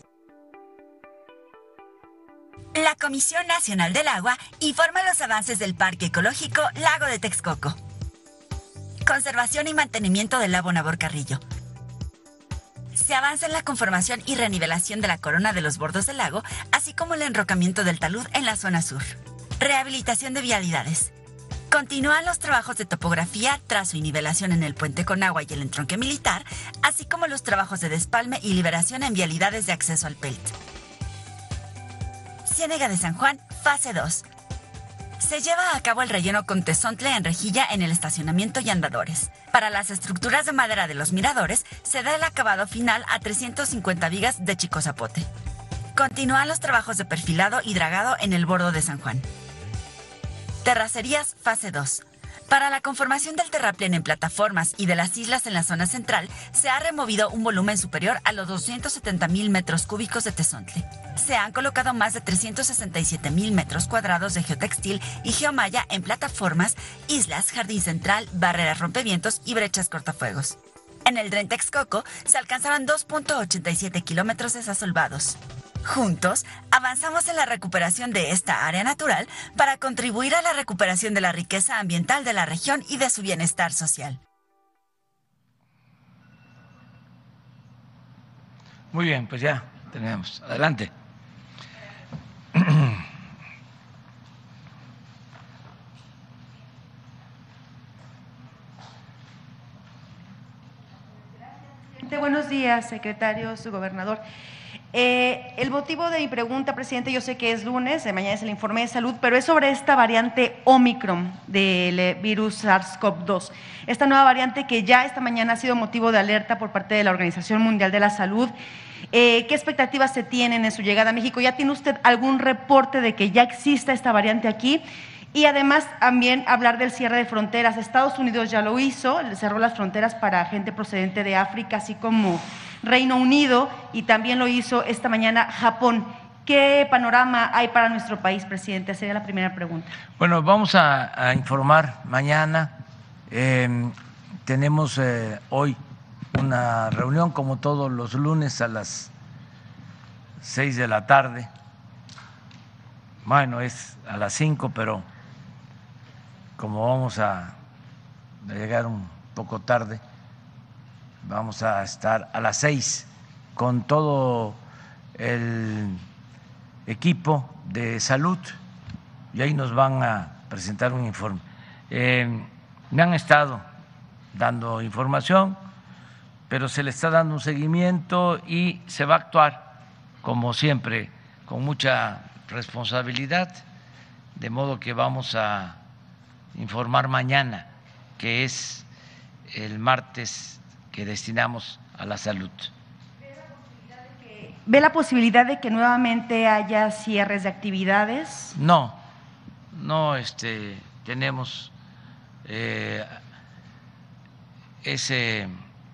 La Comisión Nacional del Agua informa los avances del Parque Ecológico Lago de Texcoco. Conservación y mantenimiento del lago Nabor Carrillo. Se avanza en la conformación y renivelación de la corona de los bordos del lago, así como el enrocamiento del talud en la zona sur. Rehabilitación de vialidades. Continúan los trabajos de topografía, trazo y nivelación en el puente con agua y el entronque militar, así como los trabajos de despalme y liberación en vialidades de acceso al PELT. Ciénega de San Juan, fase 2. Se lleva a cabo el relleno con tezontle en rejilla en el estacionamiento y andadores. Para las estructuras de madera de los miradores, se da el acabado final a 350 vigas de chico zapote. Continúan los trabajos de perfilado y dragado en el bordo de San Juan. Terracerías, fase 2. Para la conformación del terraplén en plataformas y de las islas en la zona central, se ha removido un volumen superior a los 270,000 metros cúbicos de tezontle. Se han colocado más de 367,000 metros cuadrados de geotextil y geomalla en plataformas, islas, jardín central, barreras rompevientos y brechas cortafuegos. En el Tren Texcoco se alcanzaron 2.87 kilómetros desasolvados. Juntos, avanzamos en la recuperación de esta área natural para contribuir a la recuperación de la riqueza ambiental de la región y de su bienestar social. Muy bien, pues ya tenemos. Adelante. Buenos días. días, secretario, su gobernador. El motivo de mi pregunta, presidente, yo sé que es lunes, mañana es el informe de salud, pero es sobre esta variante Omicron del virus SARS-CoV-2. Esta nueva variante que ya esta mañana ha sido motivo de alerta por parte de la Organización Mundial de la Salud. ¿Qué expectativas se tienen en su llegada a México? ¿Ya tiene usted algún reporte de que ya exista esta variante aquí? Y además también hablar del cierre de fronteras. Estados Unidos ya lo hizo, cerró las fronteras para gente procedente de África, así como Reino Unido, y también lo hizo esta mañana Japón. ¿Qué panorama hay para nuestro país, presidente? Sería la primera pregunta. Bueno, vamos a informar mañana. Tenemos hoy una reunión, como todos los lunes, a las 6 de la tarde. Bueno, es a las 5, pero como vamos a llegar un poco tarde, vamos a estar a las 6 con todo el equipo de salud y ahí nos van a presentar un informe. Me han estado dando información, pero se le está dando un seguimiento y se va a actuar, como siempre, con mucha responsabilidad, de modo que vamos a informar mañana, que es el martes que destinamos a la salud. ¿Ve la posibilidad de que nuevamente haya cierres de actividades? No tenemos ese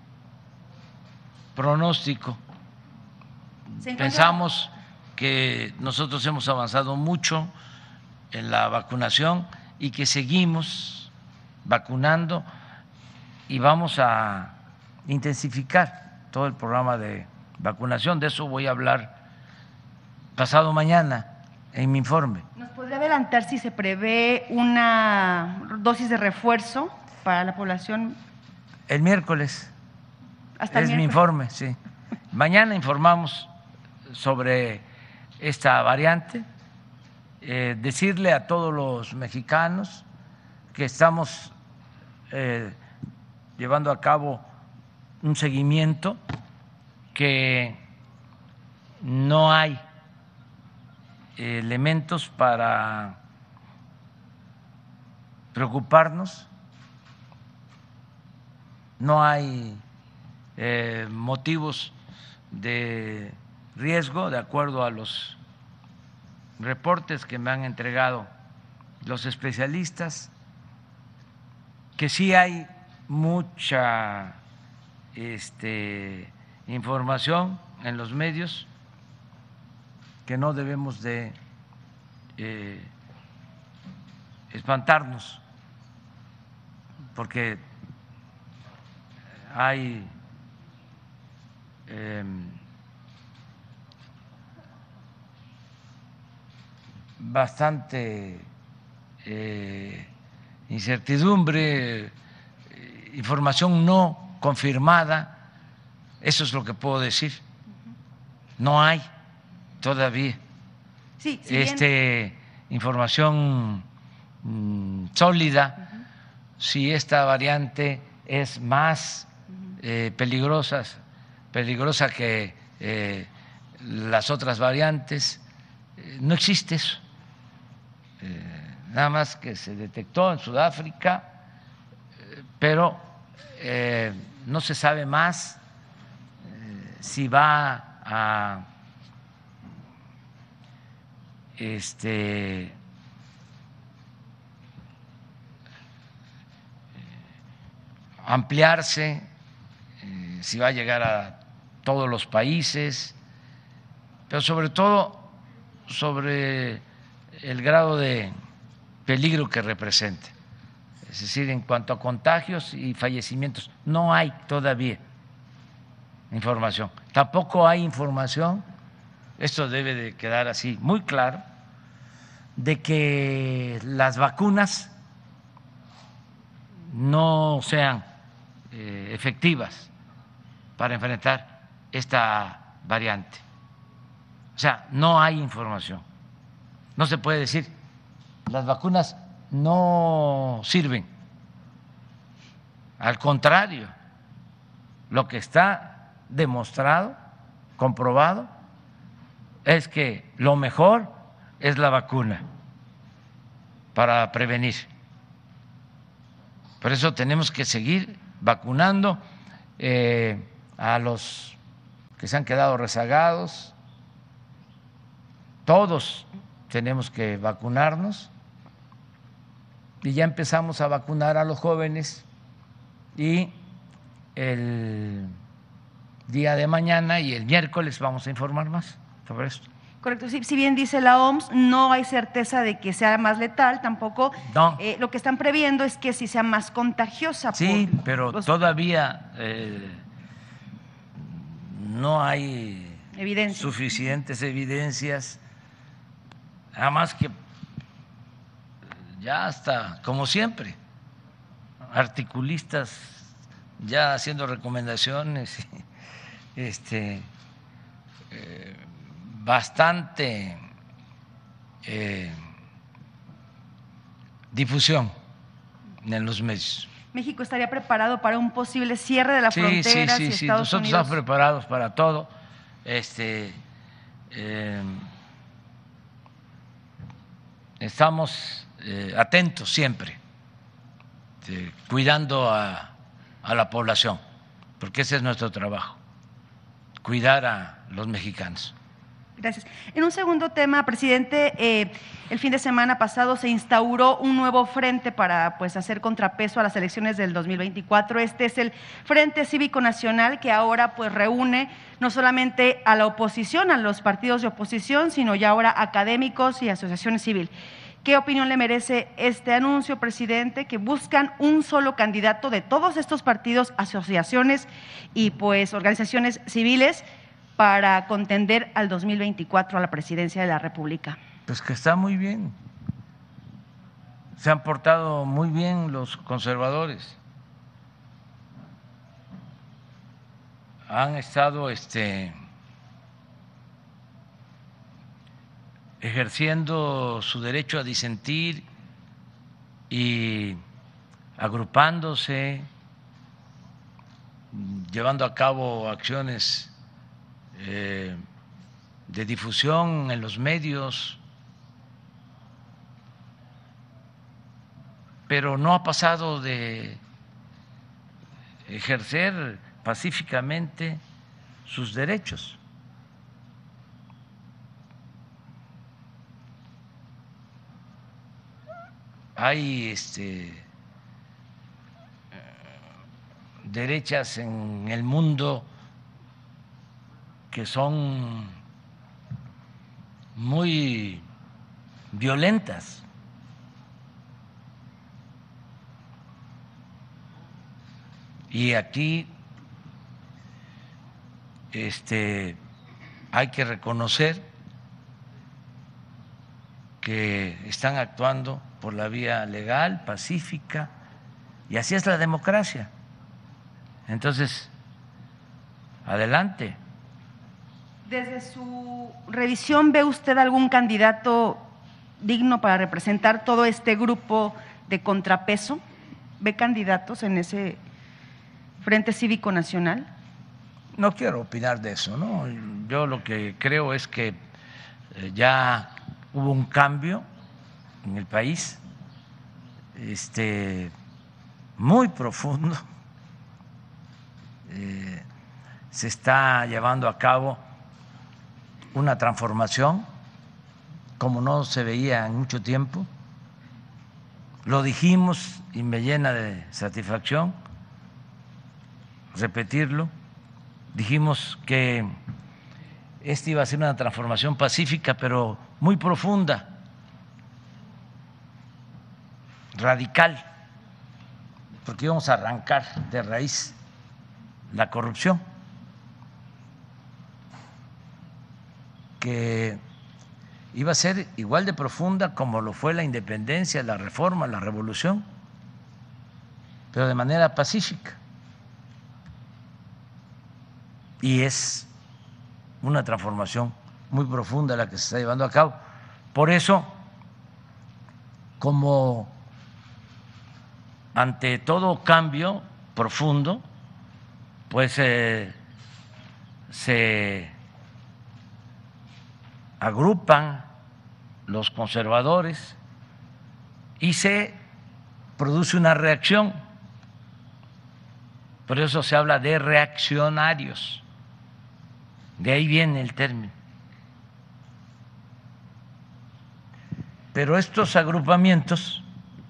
pronóstico. Pensamos que nosotros hemos avanzado mucho en la vacunación y que seguimos vacunando y vamos a intensificar todo el programa de vacunación. De eso voy a hablar pasado mañana en mi informe. ¿Nos podría adelantar si se prevé una dosis de refuerzo para la población? El miércoles. Hasta el miércoles. Mi informe, sí. Mañana informamos sobre esta variante. Decirle a todos los mexicanos que estamos llevando a cabo un seguimiento, que no hay elementos para preocuparnos, no hay motivos de riesgo, de acuerdo a los reportes que me han entregado los especialistas, que sí hay mucha información en los medios, que no debemos de espantarnos, porque hay bastante incertidumbre, información no confirmada. Eso es lo que puedo decir. No hay todavía información sólida. Si esta variante es más peligrosa que las otras variantes, no existe eso. Nada más que se detectó en Sudáfrica, pero no se sabe más si va a ampliarse, si va a llegar a todos los países, pero sobre todo sobre el grado de peligro que representa. Es decir, en cuanto a contagios y fallecimientos, no hay todavía información. Tampoco hay información, esto debe de quedar así muy claro, de que las vacunas no sean efectivas para enfrentar esta variante. O sea, no hay información. No se puede decir, las vacunas no sirven. Al contrario, lo que está demostrado, comprobado, es que lo mejor es la vacuna para prevenir. Por eso tenemos que seguir vacunando a los que se han quedado rezagados. Todos tenemos que vacunarnos y ya empezamos a vacunar a los jóvenes y el día de mañana y el miércoles vamos a informar más sobre esto. Correcto, si bien dice la OMS, no hay certeza de que sea más letal, tampoco. No. Lo que están previendo es que sí sea más contagiosa. Sí, pero todavía no hay suficientes evidencias, nada más que ya hasta, como siempre, articulistas ya haciendo recomendaciones, bastante difusión en los medios. ¿México estaría preparado para un posible cierre de la frontera? Sí, Estados nosotros Unidos... estamos preparados para todo. Estamos atentos siempre, cuidando a la población, porque ese es nuestro trabajo, cuidar a los mexicanos. Gracias. En un segundo tema, presidente, el fin de semana pasado se instauró un nuevo frente para hacer contrapeso a las elecciones del 2024. Este es el Frente Cívico Nacional, que ahora reúne no solamente a la oposición, a los partidos de oposición, sino ya ahora académicos y asociaciones civiles. ¿Qué opinión le merece este anuncio, presidente, que buscan un solo candidato de todos estos partidos, asociaciones y organizaciones civiles para contender al 2024 a la presidencia de la República? Pues que está muy bien. Se han portado muy bien los conservadores. Han estado ejerciendo su derecho a disentir y agrupándose, llevando a cabo acciones de difusión en los medios, pero no ha pasado de ejercer pacíficamente sus derechos. Hay derechas en el mundo que son muy violentas. Y aquí hay que reconocer que están actuando por la vía legal, pacífica, y así es la democracia. Entonces, adelante. Desde su revisión, ¿ve usted algún candidato digno para representar todo este grupo de contrapeso? ¿Ve candidatos en ese Frente Cívico Nacional? No quiero opinar de eso, ¿no? Yo lo que creo es que ya hubo un cambio en el país, muy profundo. Se está llevando a cabo una transformación como no se veía en mucho tiempo. Lo dijimos y me llena de satisfacción repetirlo. Dijimos que iba a ser una transformación pacífica, pero muy profunda, radical, porque íbamos a arrancar de raíz la corrupción, que iba a ser igual de profunda como lo fue la independencia, la reforma, la revolución, pero de manera pacífica. Y es una transformación muy profunda la que se está llevando a cabo. Por eso, como ante todo cambio profundo, pues se agrupan los conservadores y se produce una reacción. Por eso se habla de reaccionarios. De ahí viene el término. Pero estos agrupamientos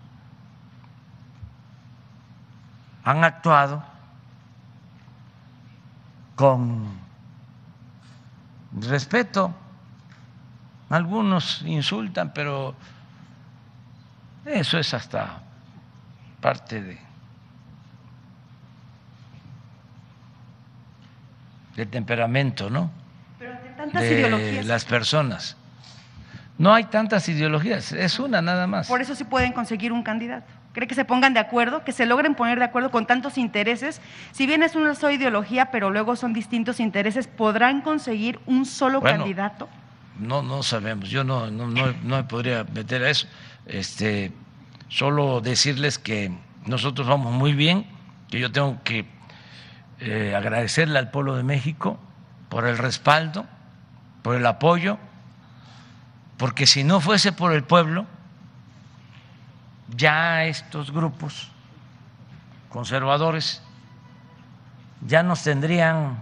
han actuado con respeto. Algunos insultan, pero eso es hasta parte del temperamento, ¿no? Pero ante tantas de ideologías. las personas. No hay tantas ideologías, es una nada más. Por eso sí pueden conseguir un candidato. ¿Cree que se pongan de acuerdo, que se logren poner de acuerdo con tantos intereses? Si bien es una sola ideología, pero luego son distintos intereses, ¿podrán conseguir un solo candidato? No sabemos, yo no me podría meter a eso. Solo decirles que nosotros vamos muy bien, que yo tengo que agradecerle al pueblo de México por el respaldo, por el apoyo, porque si no fuese por el pueblo, ya estos grupos conservadores ya nos tendrían,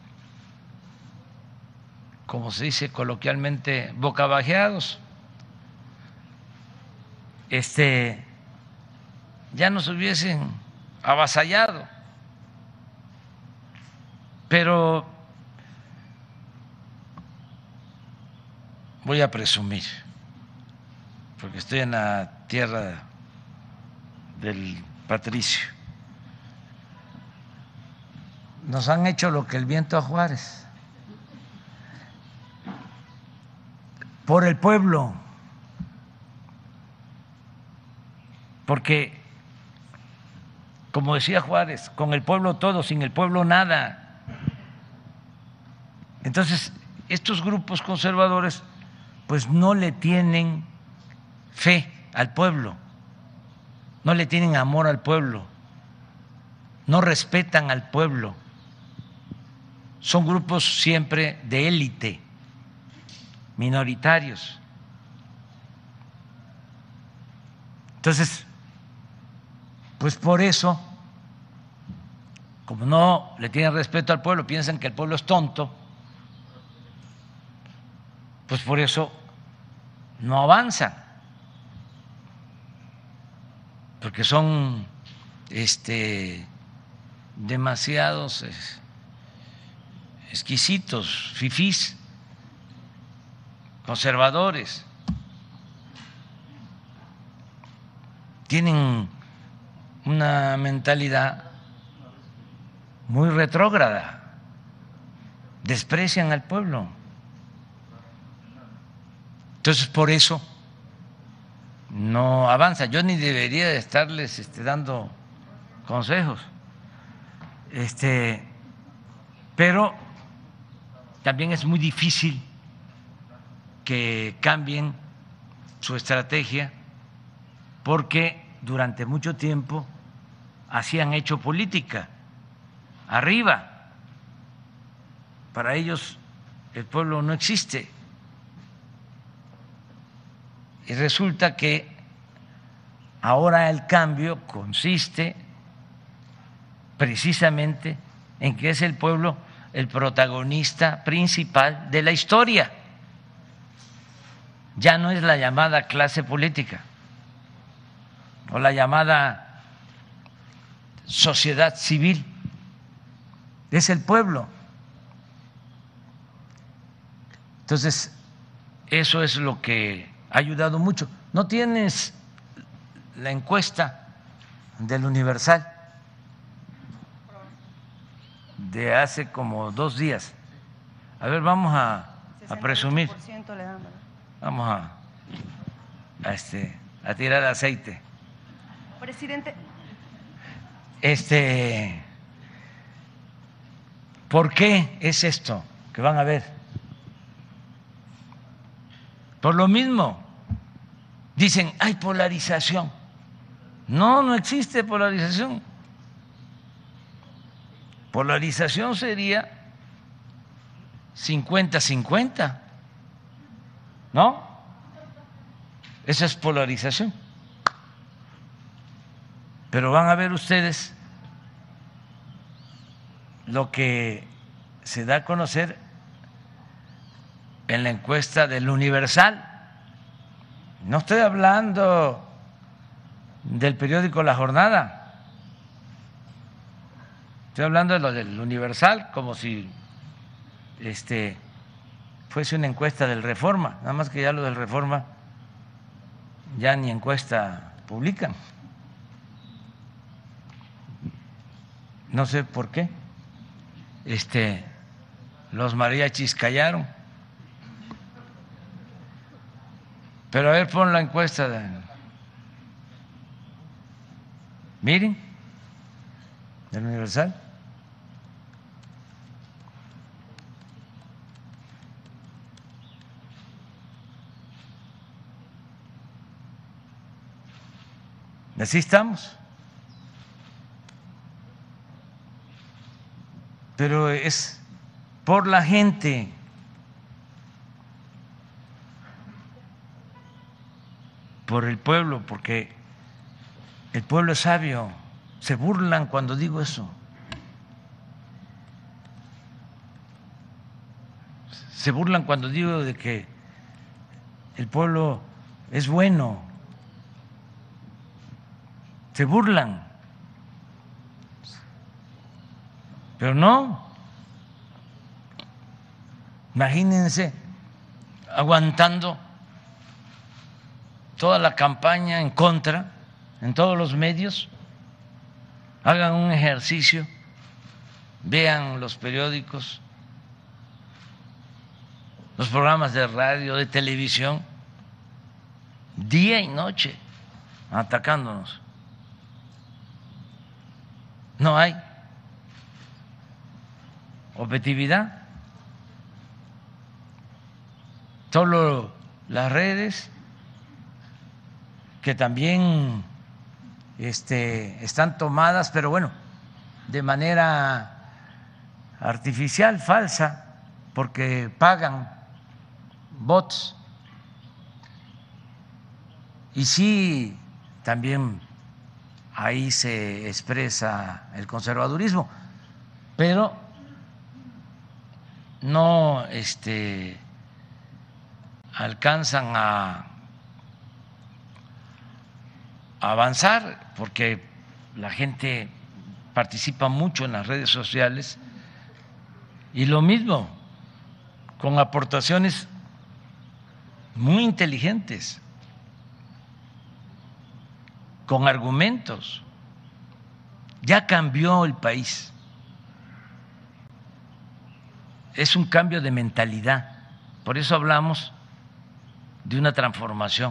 como se dice coloquialmente, bocabajeados. Ya nos hubiesen avasallado. Pero voy a presumir, porque estoy en la tierra del patricio. Nos han hecho lo que el viento a Juárez. Por el pueblo. Porque, como decía Juárez, con el pueblo todo, sin el pueblo nada. Entonces, estos grupos conservadores pues no le tienen fe al pueblo, no le tienen amor al pueblo, no respetan al pueblo. Son grupos siempre de élite, minoritarios. Entonces, pues por eso, como no le tienen respeto al pueblo, piensan que el pueblo es tonto, pues por eso no avanzan, porque son demasiados exquisitos, fifís, conservadores, tienen una mentalidad muy retrógrada, desprecian al pueblo. Entonces, por eso no avanza. Yo ni debería de estarles dando consejos. Pero también es muy difícil que cambien su estrategia, porque durante mucho tiempo así han hecho política, arriba. Para ellos el pueblo no existe. Y resulta que ahora el cambio consiste precisamente en que es el pueblo el protagonista principal de la historia. Ya no es la llamada clase política o la llamada sociedad civil, es el pueblo. Entonces, eso es lo que ha ayudado mucho. ¿No tienes la encuesta del Universal de hace como 2 días? A ver, vamos a presumir. Vamos a tirar aceite. Presidente. ¿Por qué es esto que van a ver? Por lo mismo, dicen, hay polarización. No existe polarización. Polarización sería 50-50, ¿no? Esa es polarización. Pero van a ver ustedes lo que se da a conocer en la encuesta del Universal. No estoy hablando del periódico La Jornada, estoy hablando de lo del Universal, como si fuese una encuesta del Reforma, nada más que ya lo del Reforma ya ni encuesta publican. No sé por qué. Los mariachis callaron. Pero a ver, pon la encuesta. Miren, del Universal. Así estamos. Pero es por la gente. Por el pueblo, porque el pueblo es sabio. Se burlan cuando digo eso. Se burlan cuando digo de que el pueblo es bueno. Se burlan. Pero no. Imagínense aguantando toda la campaña en contra, en todos los medios. Hagan un ejercicio, vean los periódicos, los programas de radio, de televisión, día y noche atacándonos. No hay objetividad, solo las redes, que también están tomadas, pero bueno, de manera artificial, falsa, porque pagan bots. Y sí, también ahí se expresa el conservadurismo, pero no alcanzan a avanzar, porque la gente participa mucho en las redes sociales, y lo mismo con aportaciones muy inteligentes, con argumentos. Ya cambió el país, es un cambio de mentalidad, por eso hablamos de una transformación.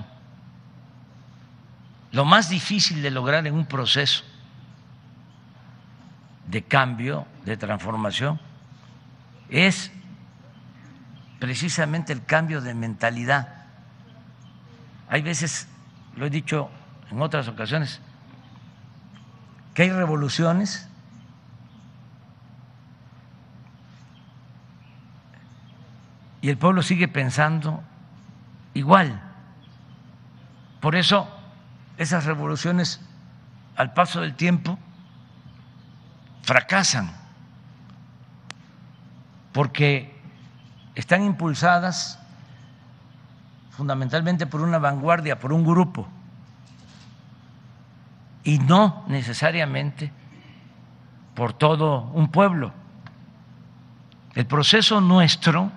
Lo más difícil de lograr en un proceso de cambio, de transformación, es precisamente el cambio de mentalidad. Hay veces, lo he dicho en otras ocasiones, que hay revoluciones y el pueblo sigue pensando igual. Por eso esas revoluciones, al paso del tiempo, fracasan, porque están impulsadas fundamentalmente por una vanguardia, por un grupo, y no necesariamente por todo un pueblo. El proceso nuestro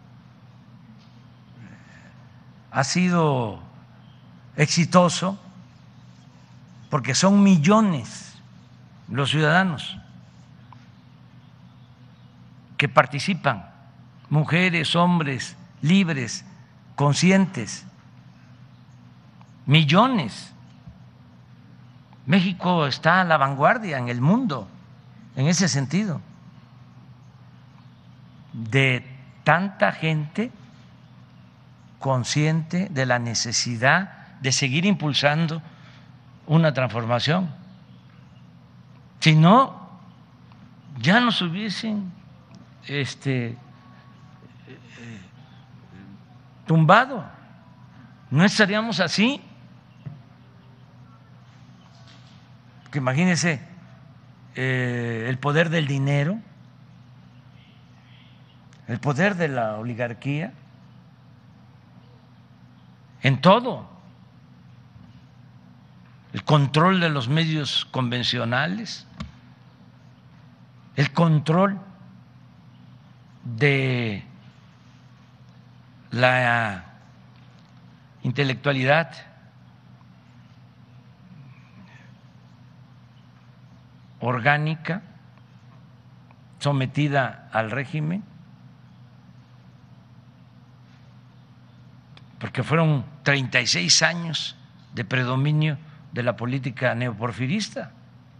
ha sido exitoso porque son millones los ciudadanos que participan, mujeres, hombres, libres, conscientes, millones. México está a la vanguardia en el mundo en ese sentido, de tanta gente consciente de la necesidad de seguir impulsando una transformación. Si no, ya nos hubiesen tumbado. No estaríamos así. Que imagínense el poder del dinero, el poder de la oligarquía, en todo, el control de los medios convencionales, el control de la intelectualidad, orgánica, sometida al régimen, porque fueron 36 años de predominio de la política neoporfirista,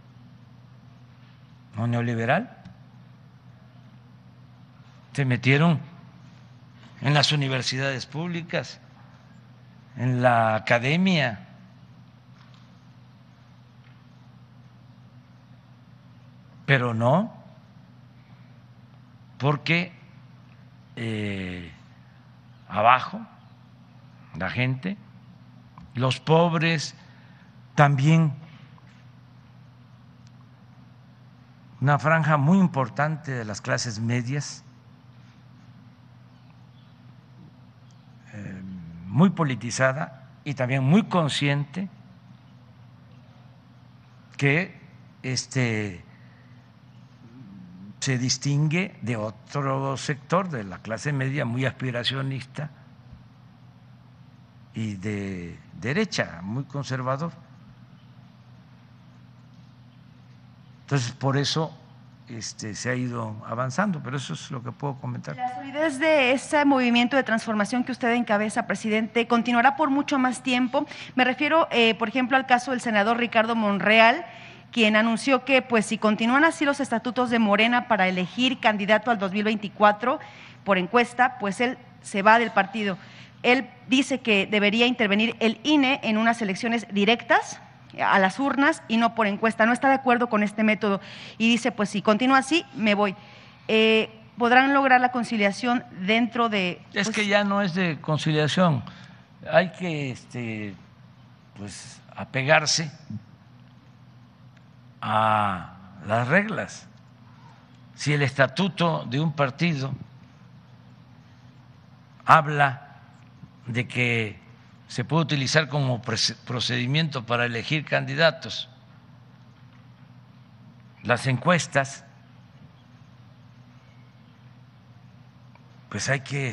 no neoliberal. Se metieron en las universidades públicas, en la academia, pero no, porque abajo la gente, los pobres, también una franja muy importante de las clases medias, muy politizada y también muy consciente que se distingue de otro sector de la clase media muy aspiracionista y de derecha, muy conservador. Entonces, por eso se ha ido avanzando, pero eso es lo que puedo comentar. La solidez de ese movimiento de transformación que usted encabeza, presidente, ¿continuará por mucho más tiempo? Me refiero, por ejemplo, al caso del senador Ricardo Monreal, quien anunció que, pues, si continúan así los estatutos de Morena para elegir candidato al 2024 por encuesta, pues él se va del partido. Él dice que debería intervenir el INE en unas elecciones directas a las urnas y no por encuesta. No está de acuerdo con este método y dice, pues si continúa así, me voy. ¿Podrán lograr la conciliación dentro de...? Es que ya no es de conciliación, hay que pues apegarse a las reglas. Si el estatuto de un partido habla de que se puede utilizar como procedimiento para elegir candidatos las encuestas, pues hay que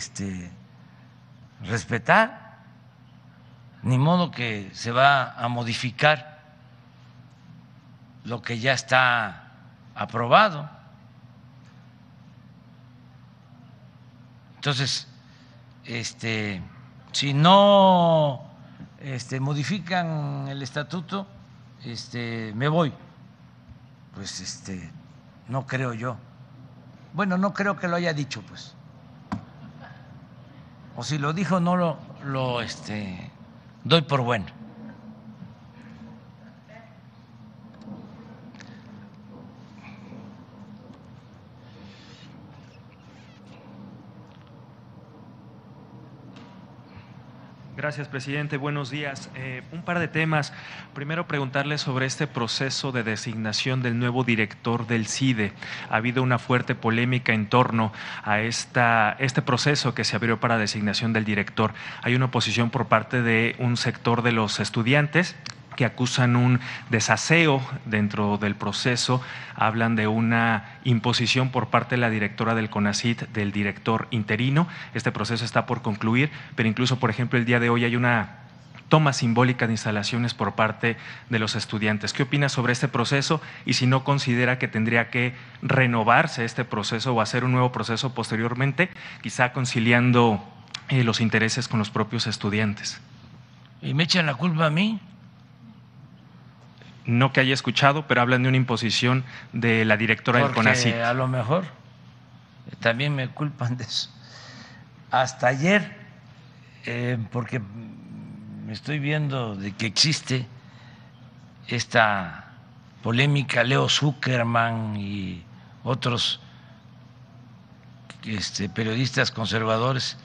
respetar, ni modo que se va a modificar lo que ya está aprobado. Entonces, si no modifican el estatuto, me voy. Pues no creo yo. Bueno, no creo que lo haya dicho, pues. O si lo dijo, no lo doy por bueno. Gracias, presidente. Buenos días. Un par de temas. Primero, preguntarle sobre este proceso de designación del nuevo director del CIDE. Ha habido una fuerte polémica en torno a este proceso que se abrió para designación del director. Hay una oposición por parte de un sector de los estudiantes que acusan un desaseo dentro del proceso, hablan de una imposición por parte de la directora del CONACYT, del director interino. Este proceso está por concluir, pero incluso, por ejemplo, el día de hoy hay una toma simbólica de instalaciones por parte de los estudiantes. ¿Qué opina sobre este proceso y si no considera que tendría que renovarse este proceso o hacer un nuevo proceso posteriormente, quizá conciliando los intereses con los propios estudiantes? ¿Y me echan la culpa a mí? No que haya escuchado, pero hablan de una imposición de la directora del CONACYT. A lo mejor también me culpan de eso. Hasta ayer, porque me estoy viendo de que existe esta polémica, Leo Zuckerman y otros periodistas conservadores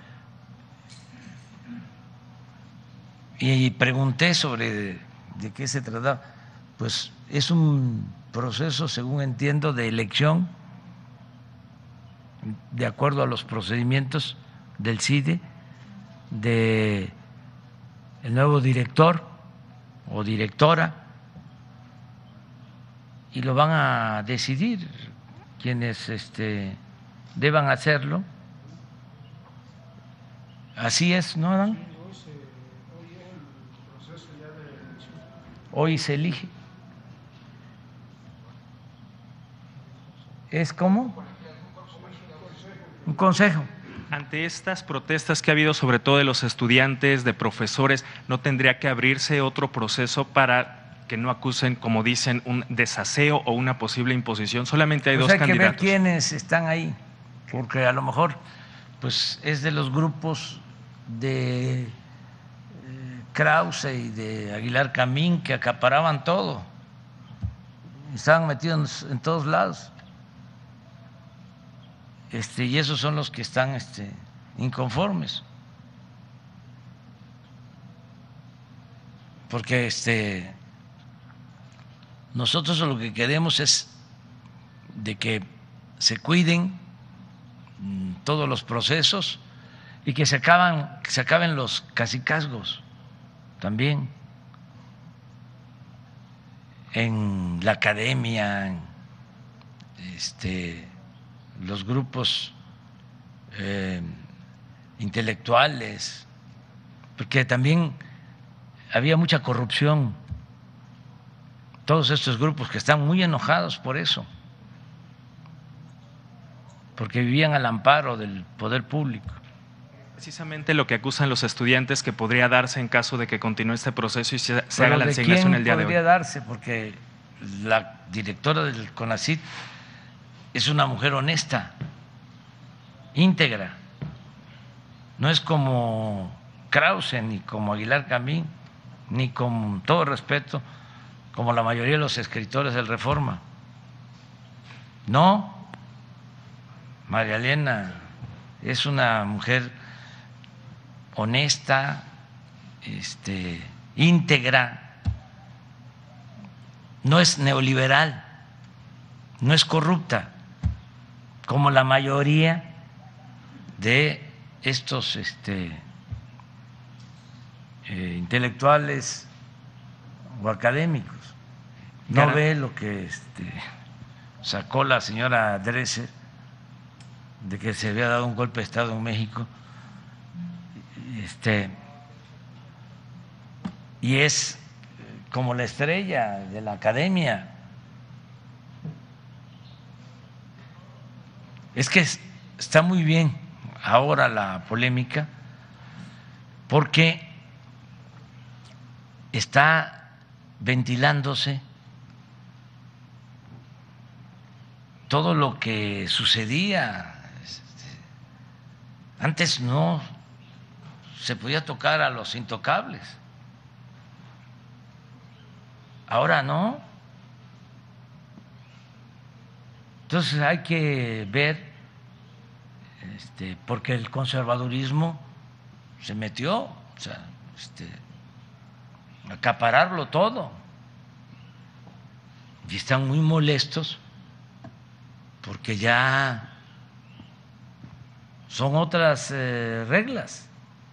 y pregunté sobre de qué se trataba. Pues es un proceso, según entiendo, de elección de acuerdo a los procedimientos del CIDE, de el nuevo director o directora, y lo van a decidir quienes deban hacerlo. Así es, ¿no, Adán? Hoy se elige. ¿Es como? Un consejo. Ante estas protestas que ha habido, sobre todo de los estudiantes, de profesores, ¿no tendría que abrirse otro proceso para que no acusen, como dicen, un desaseo o una posible imposición? Solamente hay dos candidatos. Hay que ver quiénes están ahí, porque a lo mejor pues es de los grupos de Krause y de Aguilar Camín que acaparaban todo, estaban metidos en todos lados. Y esos son los que están inconformes, porque nosotros lo que queremos es de que se cuiden todos los procesos y que se acaben los cacicazgos también en la academia, en los grupos intelectuales, porque también había mucha corrupción. Todos estos grupos que están muy enojados por eso, porque vivían al amparo del poder público. Precisamente lo que acusan los estudiantes que podría darse en caso de que continúe este proceso y se haga la designación el día de hoy. Podría darse, porque la directora del CONACYT es una mujer honesta, íntegra. No es como Krause, ni como Aguilar Camín, ni con todo respeto, como la mayoría de los escritores del Reforma. No, María Elena es una mujer honesta, íntegra, no es neoliberal, no es corrupta, como la mayoría de estos intelectuales o académicos. No ve lo que sacó la señora Dresser de que se había dado un golpe de Estado en México, y es como la estrella de la academia. Es que está muy bien ahora la polémica porque está ventilándose todo lo que sucedía. Antes no se podía tocar a los intocables, ahora no. Entonces hay que ver, porque el conservadurismo se metió, acapararlo todo, y están muy molestos porque ya son otras reglas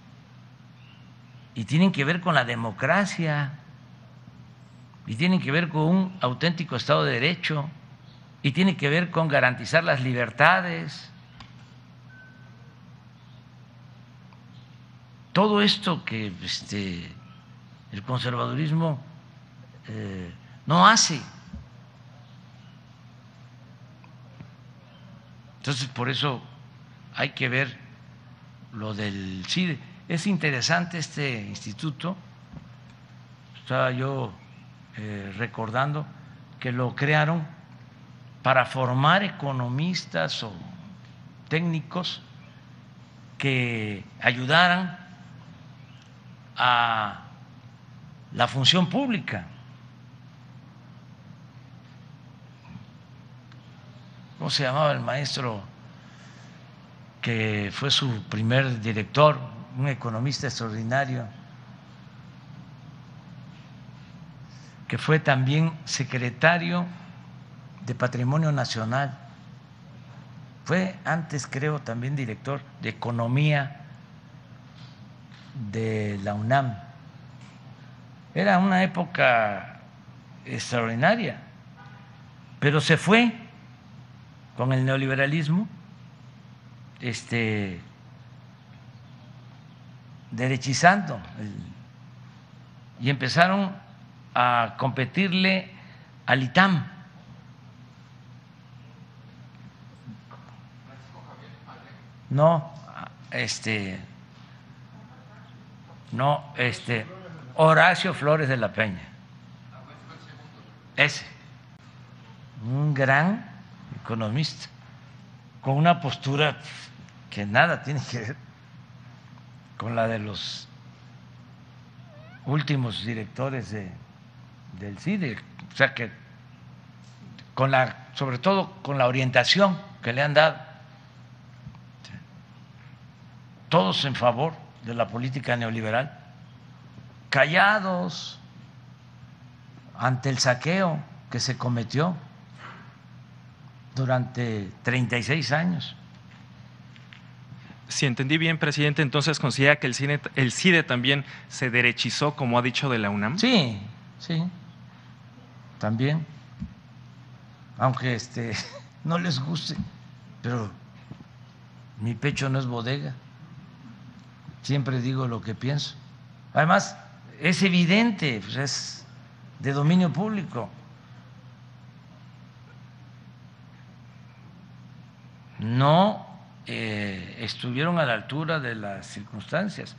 y tienen que ver con la democracia y tienen que ver con un auténtico Estado de Derecho y tiene que ver con garantizar las libertades. Todo esto que el conservadurismo no hace. Entonces, por eso hay que ver lo del CIDE. Es interesante este instituto. Estaba yo recordando que lo crearon para formar economistas o técnicos que ayudaran a la función pública. ¿Cómo se llamaba el maestro que fue su primer director, un economista extraordinario, que fue también secretario de Patrimonio Nacional. Fue antes, creo, también director de Economía de la UNAM. Era una época extraordinaria, pero se fue con el neoliberalismo, derechizando, y empezaron a competirle al ITAM. No, Horacio Flores de la Peña. Ese, un gran economista, con una postura que nada tiene que ver con la de los últimos directores del CIDE, o sea que sobre todo con la orientación que le han dado, todos en favor de la política neoliberal, callados ante el saqueo que se cometió durante 36 años. Si entendí bien, presidente, entonces considera que el CIDE también se derechizó, como ha dicho, de la UNAM. Sí, también, aunque no les guste, pero mi pecho no es bodega, siempre digo lo que pienso. Además, es evidente, pues es de dominio público. No estuvieron a la altura de las circunstancias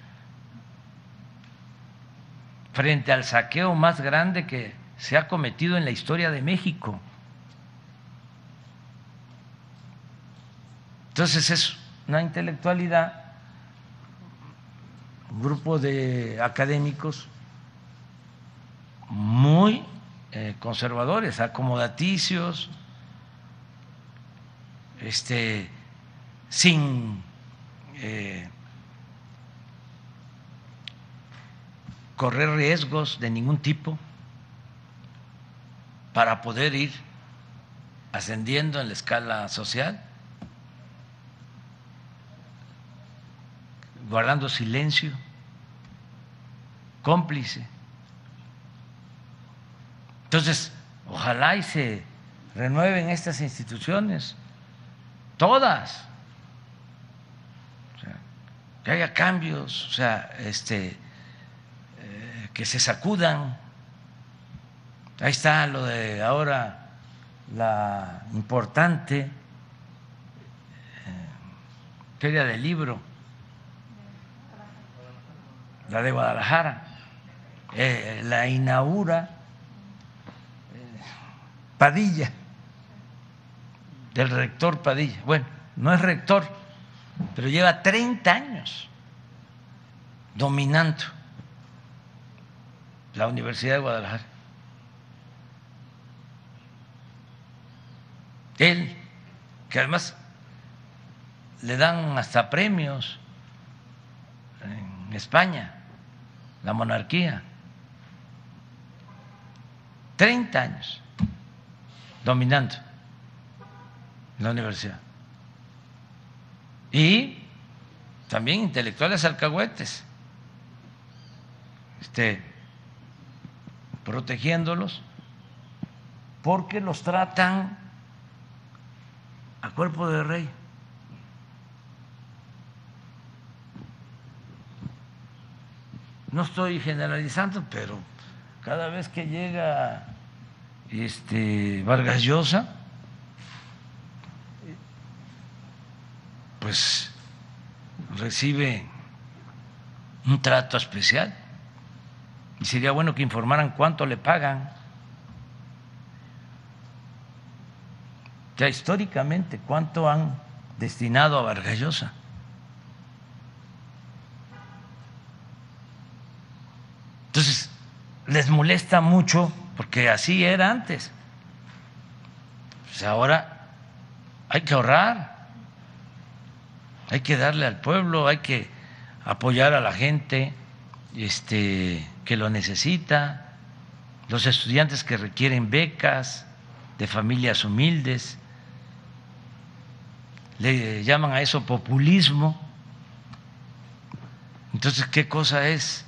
frente al saqueo más grande que se ha cometido en la historia de México. Entonces es una intelectualidad, un grupo de académicos muy conservadores, acomodaticios, sin correr riesgos de ningún tipo para poder ir ascendiendo en la escala social, guardando silencio, cómplice. Entonces, ojalá y se renueven estas instituciones, todas, o sea, que haya cambios, o sea, que se sacudan. Ahí está lo de ahora, la importante Feria del Libro, la de Guadalajara, la inaugura Padilla, del rector Padilla. Bueno, no es rector, pero lleva 30 años dominando la Universidad de Guadalajara. Él, que además le dan hasta premios en España, la monarquía, 30 años dominando la universidad. Y también intelectuales alcahuetes, protegiéndolos, porque los tratan a cuerpo de rey. No estoy generalizando, pero cada vez que llega Vargas Llosa, pues recibe un trato especial, y sería bueno que informaran cuánto le pagan, ya históricamente cuánto han destinado a Vargas Llosa. Entonces, les molesta mucho porque así era antes. Pues ahora hay que ahorrar. hay que darle al pueblo, hay que apoyar a la gente que lo necesita, los estudiantes que requieren becas de familias humildes. Le llaman a eso populismo. Entonces, ¿qué cosa es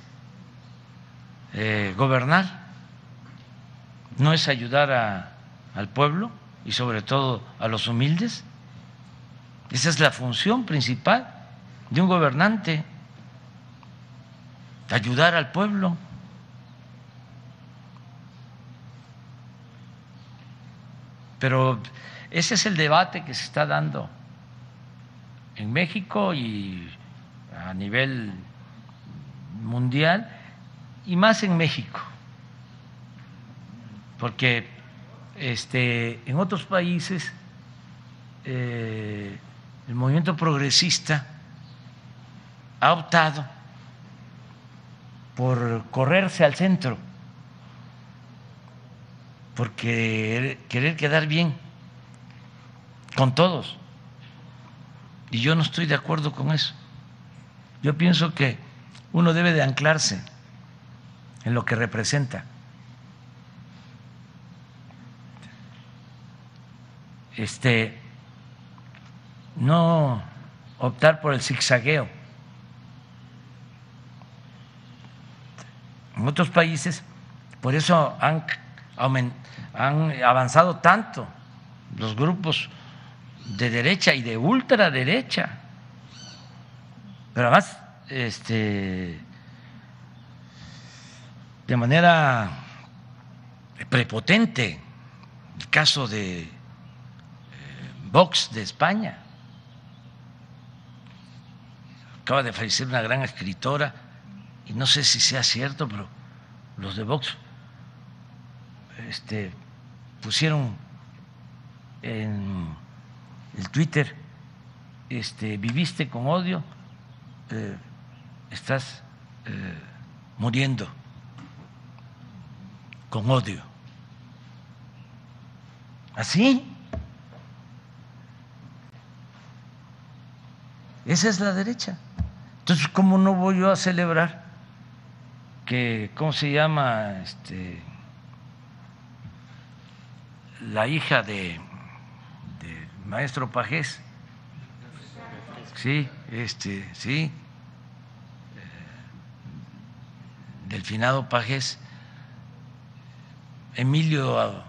gobernar? ¿No es ayudar al pueblo y sobre todo a los humildes? Esa es la función principal de un gobernante, ayudar al pueblo. Pero ese es el debate que se está dando en México y a nivel mundial, y más en México, porque en otros países el movimiento progresista ha optado por correrse al centro, por querer quedar bien con todos. Y yo no estoy de acuerdo con eso. Yo pienso que uno debe de anclarse en lo que representa. No optar por el zigzagueo. En otros países, por eso han avanzado tanto los grupos de derecha y de ultraderecha, pero además de manera prepotente. El caso de Vox de España. Acaba de fallecer una gran escritora y no sé si sea cierto, pero los de Vox pusieron en el Twitter, viviste con odio, estás muriendo con odio. Así. Esa es la derecha. Entonces, ¿cómo no voy yo a celebrar que, ¿cómo se llama? La hija de maestro Pajés, sí, sí, del finado Pajés, Emilio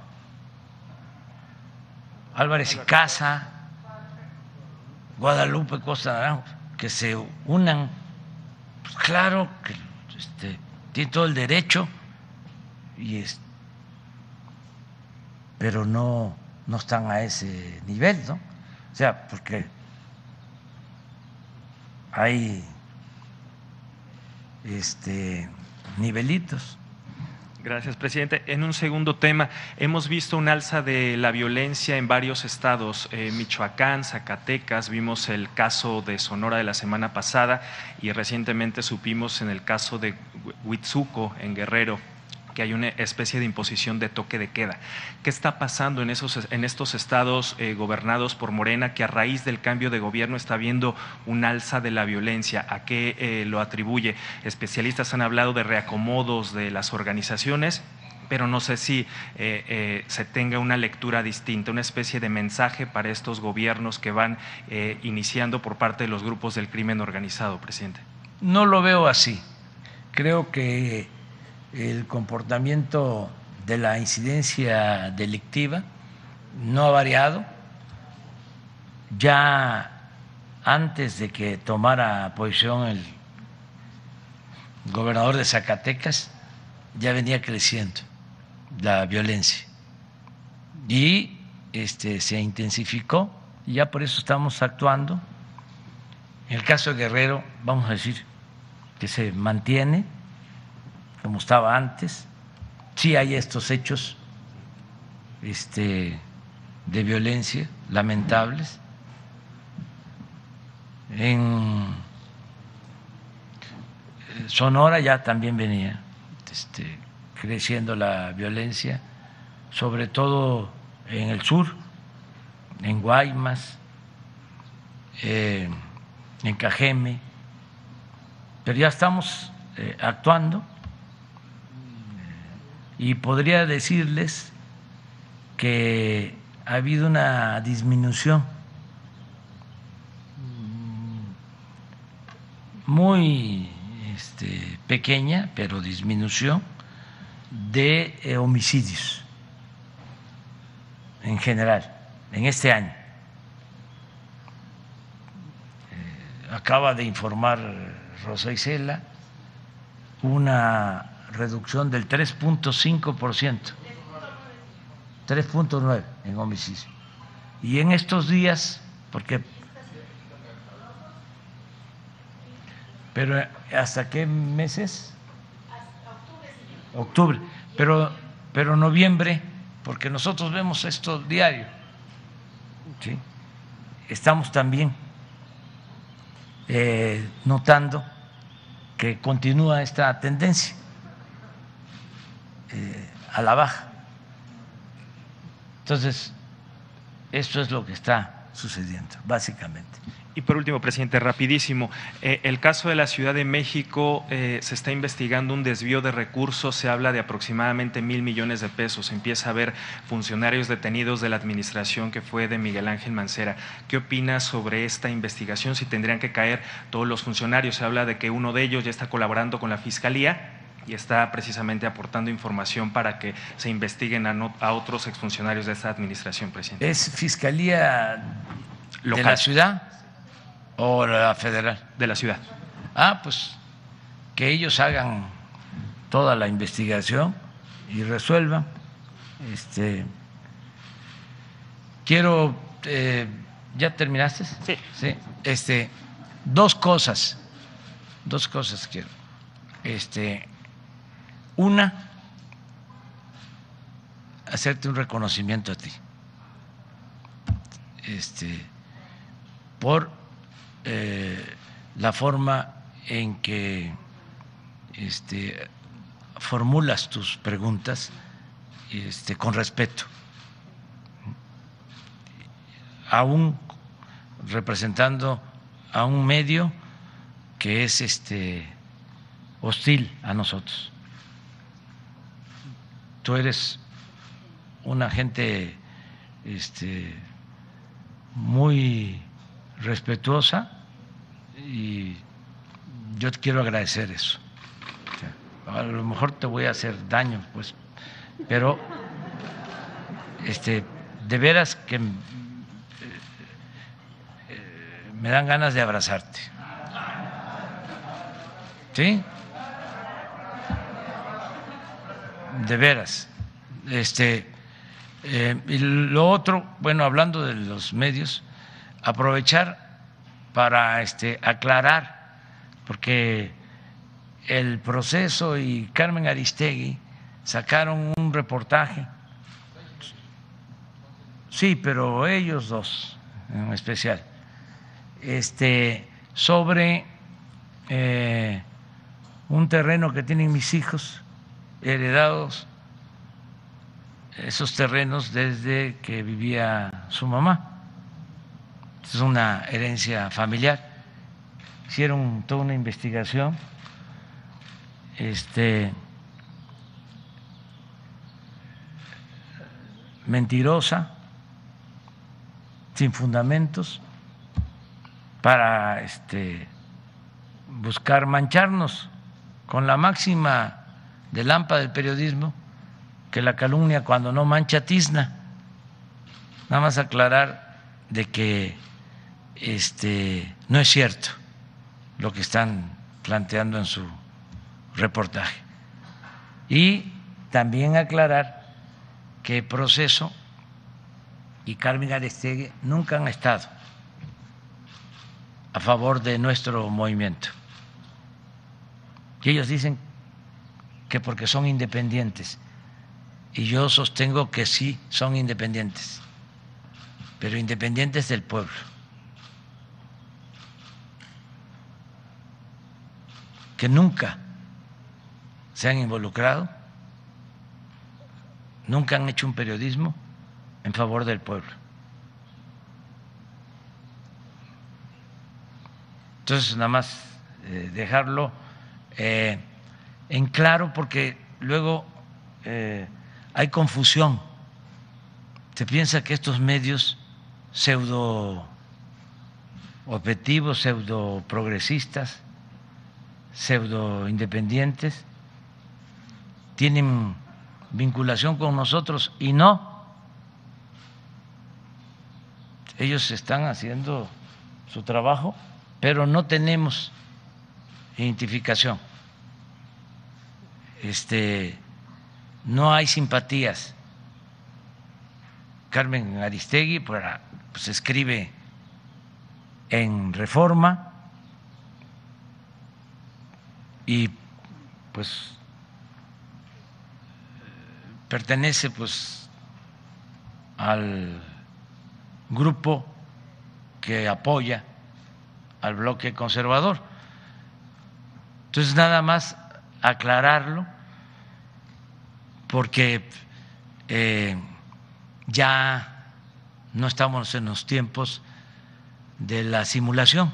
Álvarez y Casa, Guadalupe Costa Naranjo, que se unan, pues claro que tiene todo el derecho, pero no están a ese nivel, ¿no? O sea, porque hay nivelitos. Gracias, presidente. En un segundo tema, hemos visto un alza de la violencia en varios estados, Michoacán, Zacatecas, vimos el caso de Sonora de la semana pasada y recientemente supimos en el caso de Huitzuco, en Guerrero, que hay una especie de imposición de toque de queda. ¿Qué está pasando en estos estados gobernados por Morena, que a raíz del cambio de gobierno está habiendo un alza de la violencia? ¿A qué lo atribuye? Especialistas han hablado de reacomodos de las organizaciones, pero no sé si se tenga una lectura distinta, una especie de mensaje para estos gobiernos que van iniciando por parte de los grupos del crimen organizado, presidente. No lo veo así. Creo que el comportamiento de la incidencia delictiva no ha variado. Ya antes de que tomara posición el gobernador de Zacatecas, ya venía creciendo la violencia y se intensificó y ya por eso estamos actuando. En el caso de Guerrero, vamos a decir que se mantiene como estaba antes. Sí hay estos hechos de violencia lamentables. En Sonora ya también venía creciendo la violencia, sobre todo en el sur, en Guaymas, en Cajeme, pero ya estamos actuando y podría decirles que ha habido una disminución muy pequeña, pero disminución de homicidios en general en este año. Acaba de informar Rosa Isela una reducción del 3.5%, 3.9% en homicidio. Y en estos días, porque pero ¿hasta qué meses? Octubre. Pero noviembre, porque nosotros vemos esto diario, ¿sí? Estamos también notando que continúa esta tendencia a la baja. Entonces, esto es lo que está sucediendo, básicamente. Y por último, presidente, rapidísimo, el caso de la Ciudad de México, se está investigando un desvío de recursos, se habla de aproximadamente 1,000 millones de pesos, empieza a haber funcionarios detenidos de la administración que fue de Miguel Ángel Mancera. ¿Qué opina sobre esta investigación? Si tendrían que caer todos los funcionarios, se habla de que uno de ellos ya está colaborando con la Fiscalía y está precisamente aportando información para que se investiguen a otros exfuncionarios de esta administración, presidente. ¿Es Fiscalía local de la ciudad o la federal? De la ciudad. Pues que ellos hagan toda la investigación y resuelvan. Quiero, ¿ya terminaste? Sí. Sí. Dos cosas quiero. Una, hacerte un reconocimiento a ti. Por la forma en que formulas tus preguntas con respeto, aún representando a un medio que es hostil a nosotros. Tú eres una gente muy respetuosa y yo te quiero agradecer eso. A lo mejor te voy a hacer daño, pues, pero de veras que me dan ganas de abrazarte. ¿Sí? De veras. Y lo otro, bueno, hablando de los medios, aprovechar para aclarar, porque el Proceso y Carmen Aristegui sacaron un reportaje, sí, pero ellos dos en especial, sobre un terreno que tienen mis hijos heredados, esos terrenos desde que vivía su mamá. Es una herencia familiar. Hicieron toda una investigación mentirosa, sin fundamentos, para buscar mancharnos con la máxima de Lampa del periodismo, que la calumnia cuando no mancha tizna. Nada más aclarar de que no es cierto lo que están planteando en su reportaje. Y también aclarar que Proceso y Carmen Aristegui nunca han estado a favor de nuestro movimiento. Y ellos dicen que porque son independientes, y yo sostengo que sí son independientes, pero independientes del pueblo. Que nunca se han involucrado, nunca han hecho un periodismo en favor del pueblo. Entonces, nada más dejarlo en claro, porque luego hay confusión. Se piensa que estos medios pseudo objetivos, pseudo progresistas, pseudo independientes, tienen vinculación con nosotros y no. Ellos están haciendo su trabajo, pero no tenemos identificación. No hay simpatías. Carmen Aristegui pues escribe en Reforma y pues pertenece pues al grupo que apoya al bloque conservador. Entonces, nada más aclararlo, porque ya no estamos en los tiempos de la simulación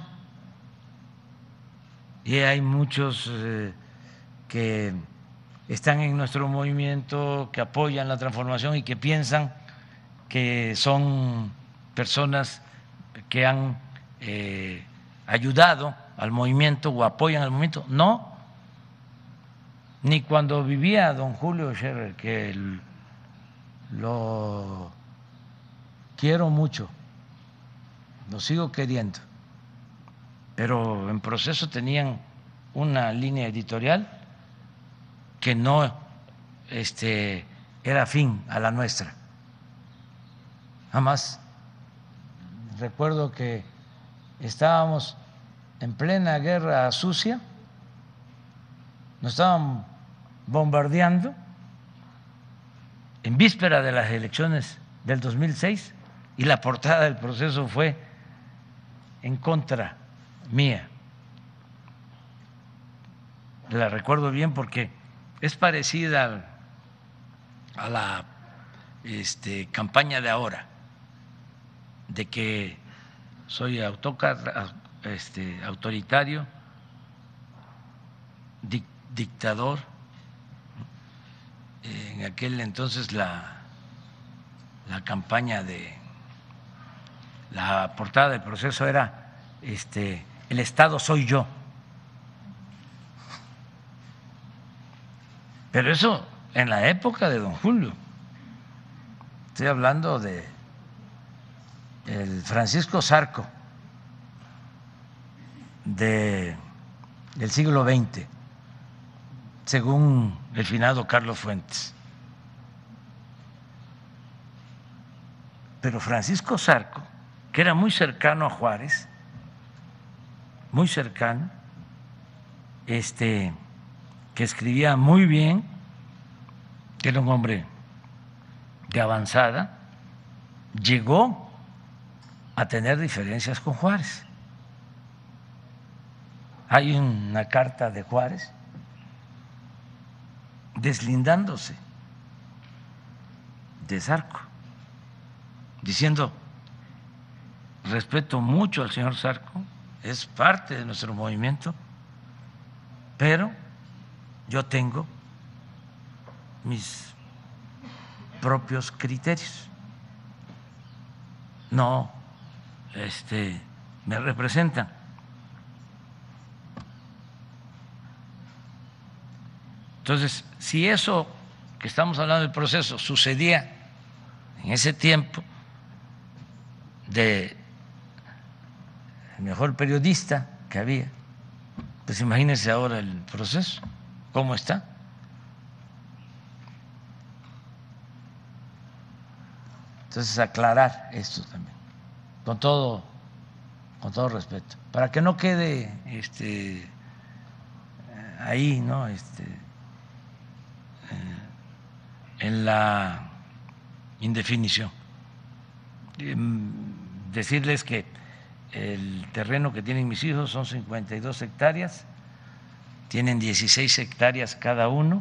y hay muchos que están en nuestro movimiento, que apoyan la transformación y que piensan que son personas que han ayudado al movimiento o apoyan al movimiento. No, ni cuando vivía don Julio Scherer, que lo quiero mucho, lo sigo queriendo, pero en Proceso tenían una línea editorial que no era afín a la nuestra. Jamás. Recuerdo que estábamos en plena guerra sucia, nos estaban bombardeando en víspera de las elecciones del 2006 y la portada del Proceso fue en contra mía. La recuerdo bien porque es parecida a la campaña de ahora, de que soy autoritario, dictador. En aquel entonces la campaña de la portada del Proceso era el Estado soy yo. Pero eso en la época de don Julio. Estoy hablando de el Francisco Zarco del siglo XX, según el finado Carlos Fuentes. Pero Francisco Zarco, que era muy cercano a Juárez, muy cercano, que escribía muy bien, que era un hombre de avanzada, llegó a tener diferencias con Juárez. Hay una carta de Juárez deslindándose de Zarco, diciendo: respeto mucho al señor Zarco, es parte de nuestro movimiento, pero yo tengo mis propios criterios, no me representan. Entonces, si eso que estamos hablando del Proceso sucedía en ese tiempo de el mejor periodista que había, pues imagínense ahora el Proceso, ¿cómo está? Entonces, aclarar esto también, con todo respeto, para que no quede ahí, ¿no? En la indefinición. Decirles que el terreno que tienen mis hijos son 52 hectáreas, tienen 16 hectáreas cada uno.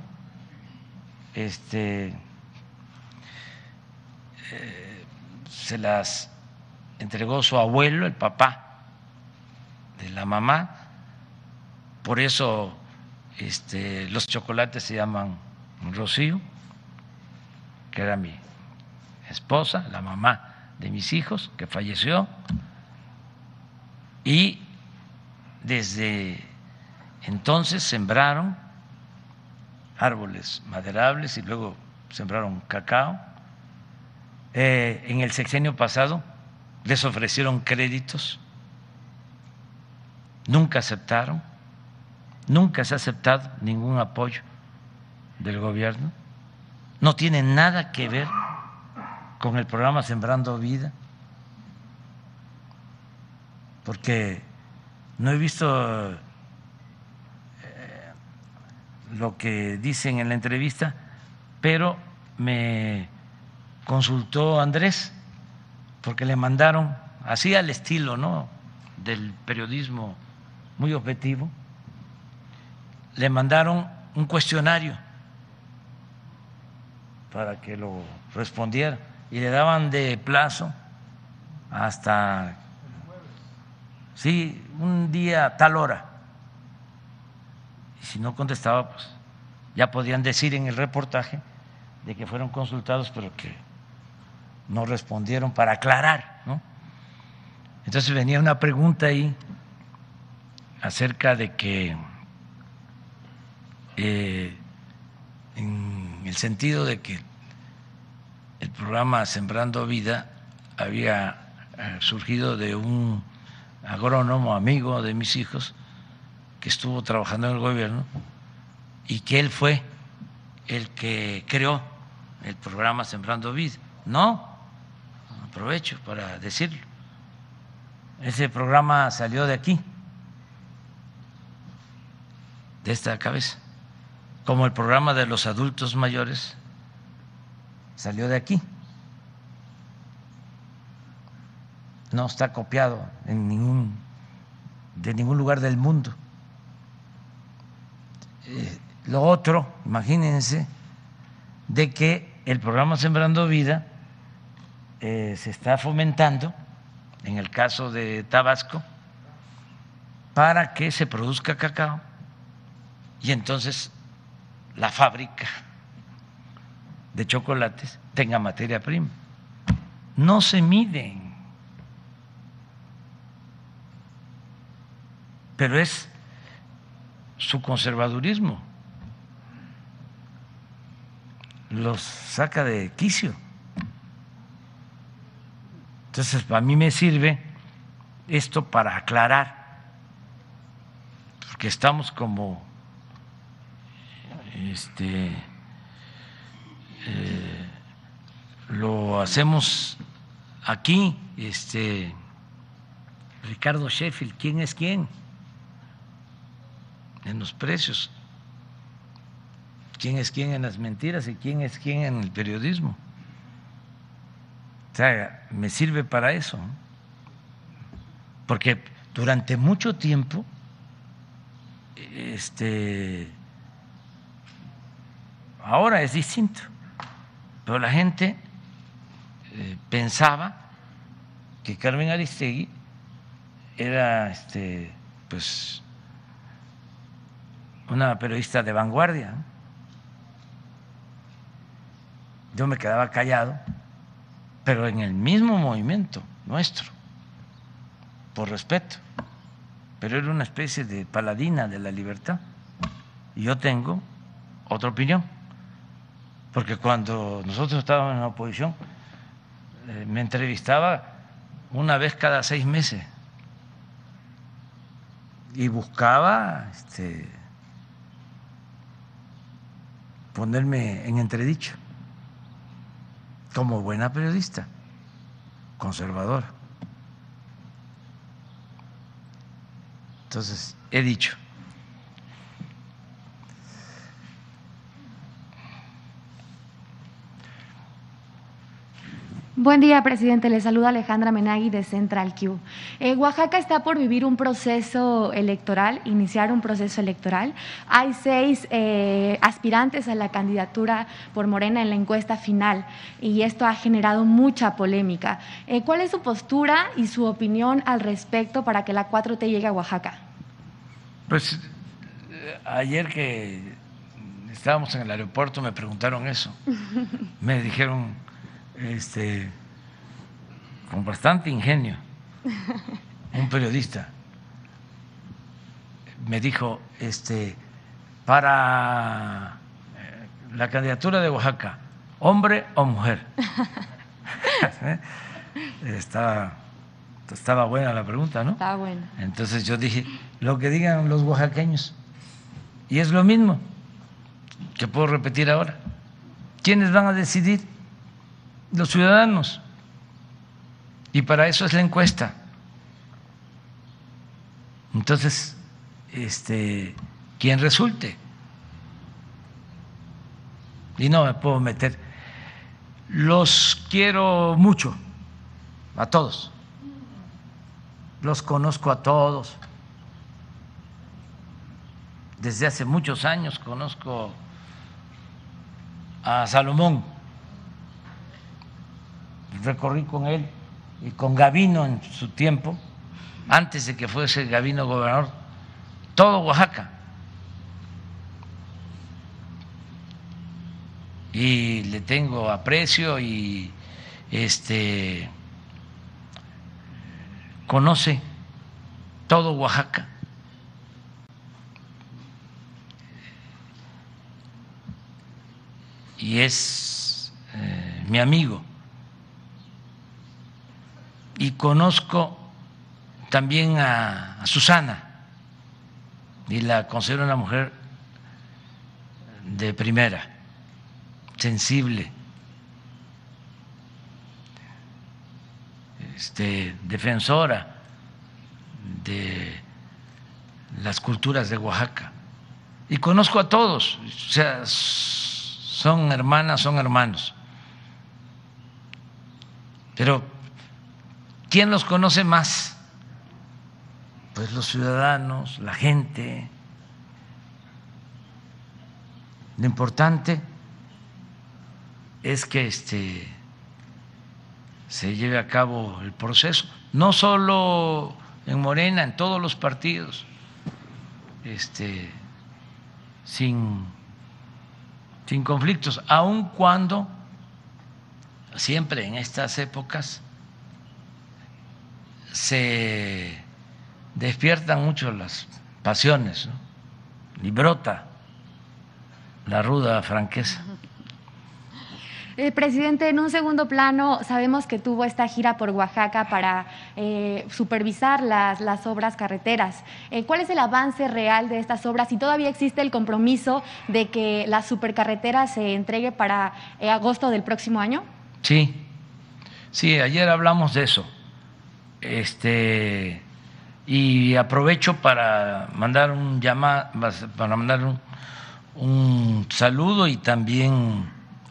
Se las entregó su abuelo, el papá de la mamá, por eso los chocolates se llaman Rocío, que era mi esposa, la mamá de mis hijos, que falleció, y desde entonces sembraron árboles maderables y luego sembraron cacao. En el sexenio pasado les ofrecieron créditos, nunca aceptaron, nunca se ha aceptado ningún apoyo del gobierno, no tiene nada que ver con el programa Sembrando Vida, porque no he visto lo que dicen en la entrevista, pero me consultó Andrés, porque le mandaron, así al estilo, ¿no?, del periodismo muy objetivo, le mandaron un cuestionario para que lo respondiera y le daban de plazo hasta, sí, un día tal hora. Y si no contestaba, pues ya podían decir en el reportaje de que fueron consultados, pero que no respondieron para aclarar, ¿no? Entonces venía una pregunta ahí acerca de que en el sentido de que el programa Sembrando Vida había surgido de un agrónomo amigo de mis hijos que estuvo trabajando en el gobierno y que él fue el que creó el programa Sembrando Vida. No, aprovecho para decirlo. Ese programa salió de aquí, de esta cabeza, como el programa de los adultos mayores salió de aquí. No está copiado de ningún lugar del mundo. Lo otro, imagínense, de que el programa Sembrando Vida se está fomentando, en el caso de Tabasco, para que se produzca cacao y entonces la fábrica de chocolates tenga materia prima. No se miden, pero es su conservadurismo, los saca de quicio. Entonces, para mí me sirve esto para aclarar, porque estamos como lo hacemos aquí, Ricardo Sheffield, ¿quién es quién en los precios? ¿Quién es quién en las mentiras y quién es quién en el periodismo? O sea, me sirve para eso, ¿no? Porque durante mucho tiempo ahora es distinto, pero la gente pensaba que Carmen Aristegui era pues una periodista de vanguardia, ¿no? Yo me quedaba callado, pero en el mismo movimiento nuestro, por respeto, pero era una especie de paladina de la libertad. Y yo tengo otra opinión, porque cuando nosotros estábamos en la oposición, me entrevistaba una vez cada 6 meses y buscaba ponerme en entredicho, como buena periodista, conservadora. Entonces, he dicho. Buen día, presidente. Le saluda Alejandra Menagui de Central Q. Oaxaca está por vivir un proceso electoral, iniciar un proceso electoral. Hay 6 aspirantes a la candidatura por Morena en la encuesta final y esto ha generado mucha polémica. ¿Cuál es su postura y su opinión al respecto para que la 4T llegue a Oaxaca? Pues ayer que estábamos en el aeropuerto me preguntaron eso. Me dijeron con bastante ingenio, un periodista me dijo, para la candidatura de Oaxaca, ¿hombre o mujer? Estaba buena la pregunta, ¿no? Estaba buena. Entonces yo dije, lo que digan los oaxaqueños. Y es lo mismo que puedo repetir ahora. ¿Quiénes van a decidir? Los ciudadanos. Y para eso es la encuesta. Entonces, quien resulte. Y no me puedo meter. Los quiero mucho, a todos. Los conozco a todos. Desde hace muchos años conozco a Salomón. Recorrí con él y con Gavino en su tiempo, antes de que fuese Gavino gobernador, todo Oaxaca. Y le tengo aprecio y conoce todo Oaxaca. Y es mi amigo. Y conozco también a Susana y la considero una mujer de primera, sensible, defensora de las culturas de Oaxaca. Y conozco a todos, o sea, son hermanas, son hermanos. Pero ¿quién los conoce más? Pues los ciudadanos, la gente. Lo importante es que se lleve a cabo el proceso, no solo en Morena, en todos los partidos, sin conflictos, aun cuando siempre en estas épocas se despiertan mucho las pasiones, ¿no? Y brota la ruda franqueza. Presidente, en un segundo plano, sabemos que tuvo esta gira por Oaxaca para supervisar las obras carreteras. ¿Cuál es el avance real de estas obras? ¿Y todavía existe el compromiso de que la supercarretera se entregue para agosto del próximo año? Sí, ayer hablamos de eso. Y aprovecho para mandar una saludo y también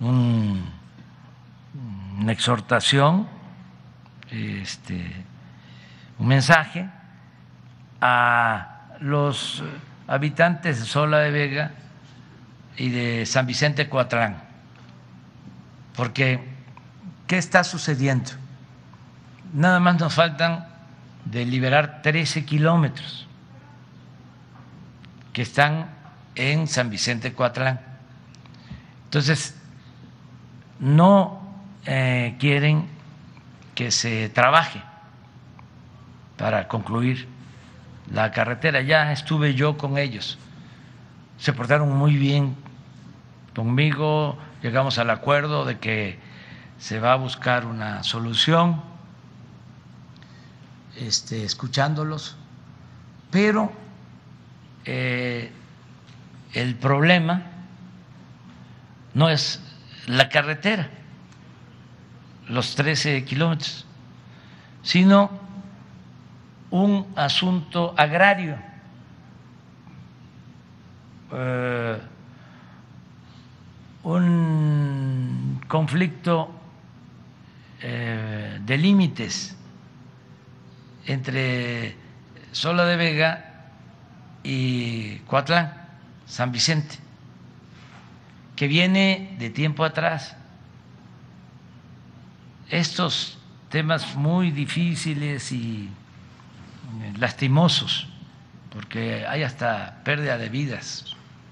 una exhortación, un mensaje a los habitantes de Sola de Vega y de San Vicente Coatlán, porque ¿qué está sucediendo? Nada más nos faltan de liberar 13 kilómetros que están en San Vicente Coatlán. Entonces, no quieren que se trabaje para concluir la carretera. Ya estuve yo con ellos, se portaron muy bien conmigo, llegamos al acuerdo de que se va a buscar una solución, escuchándolos, pero el problema no es la carretera, los 13 kilómetros, sino un asunto agrario, un conflicto de límites entre Sola de Vega y Coatlán, San Vicente, que viene de tiempo atrás. Estos temas muy difíciles y lastimosos, porque hay hasta pérdida de vidas,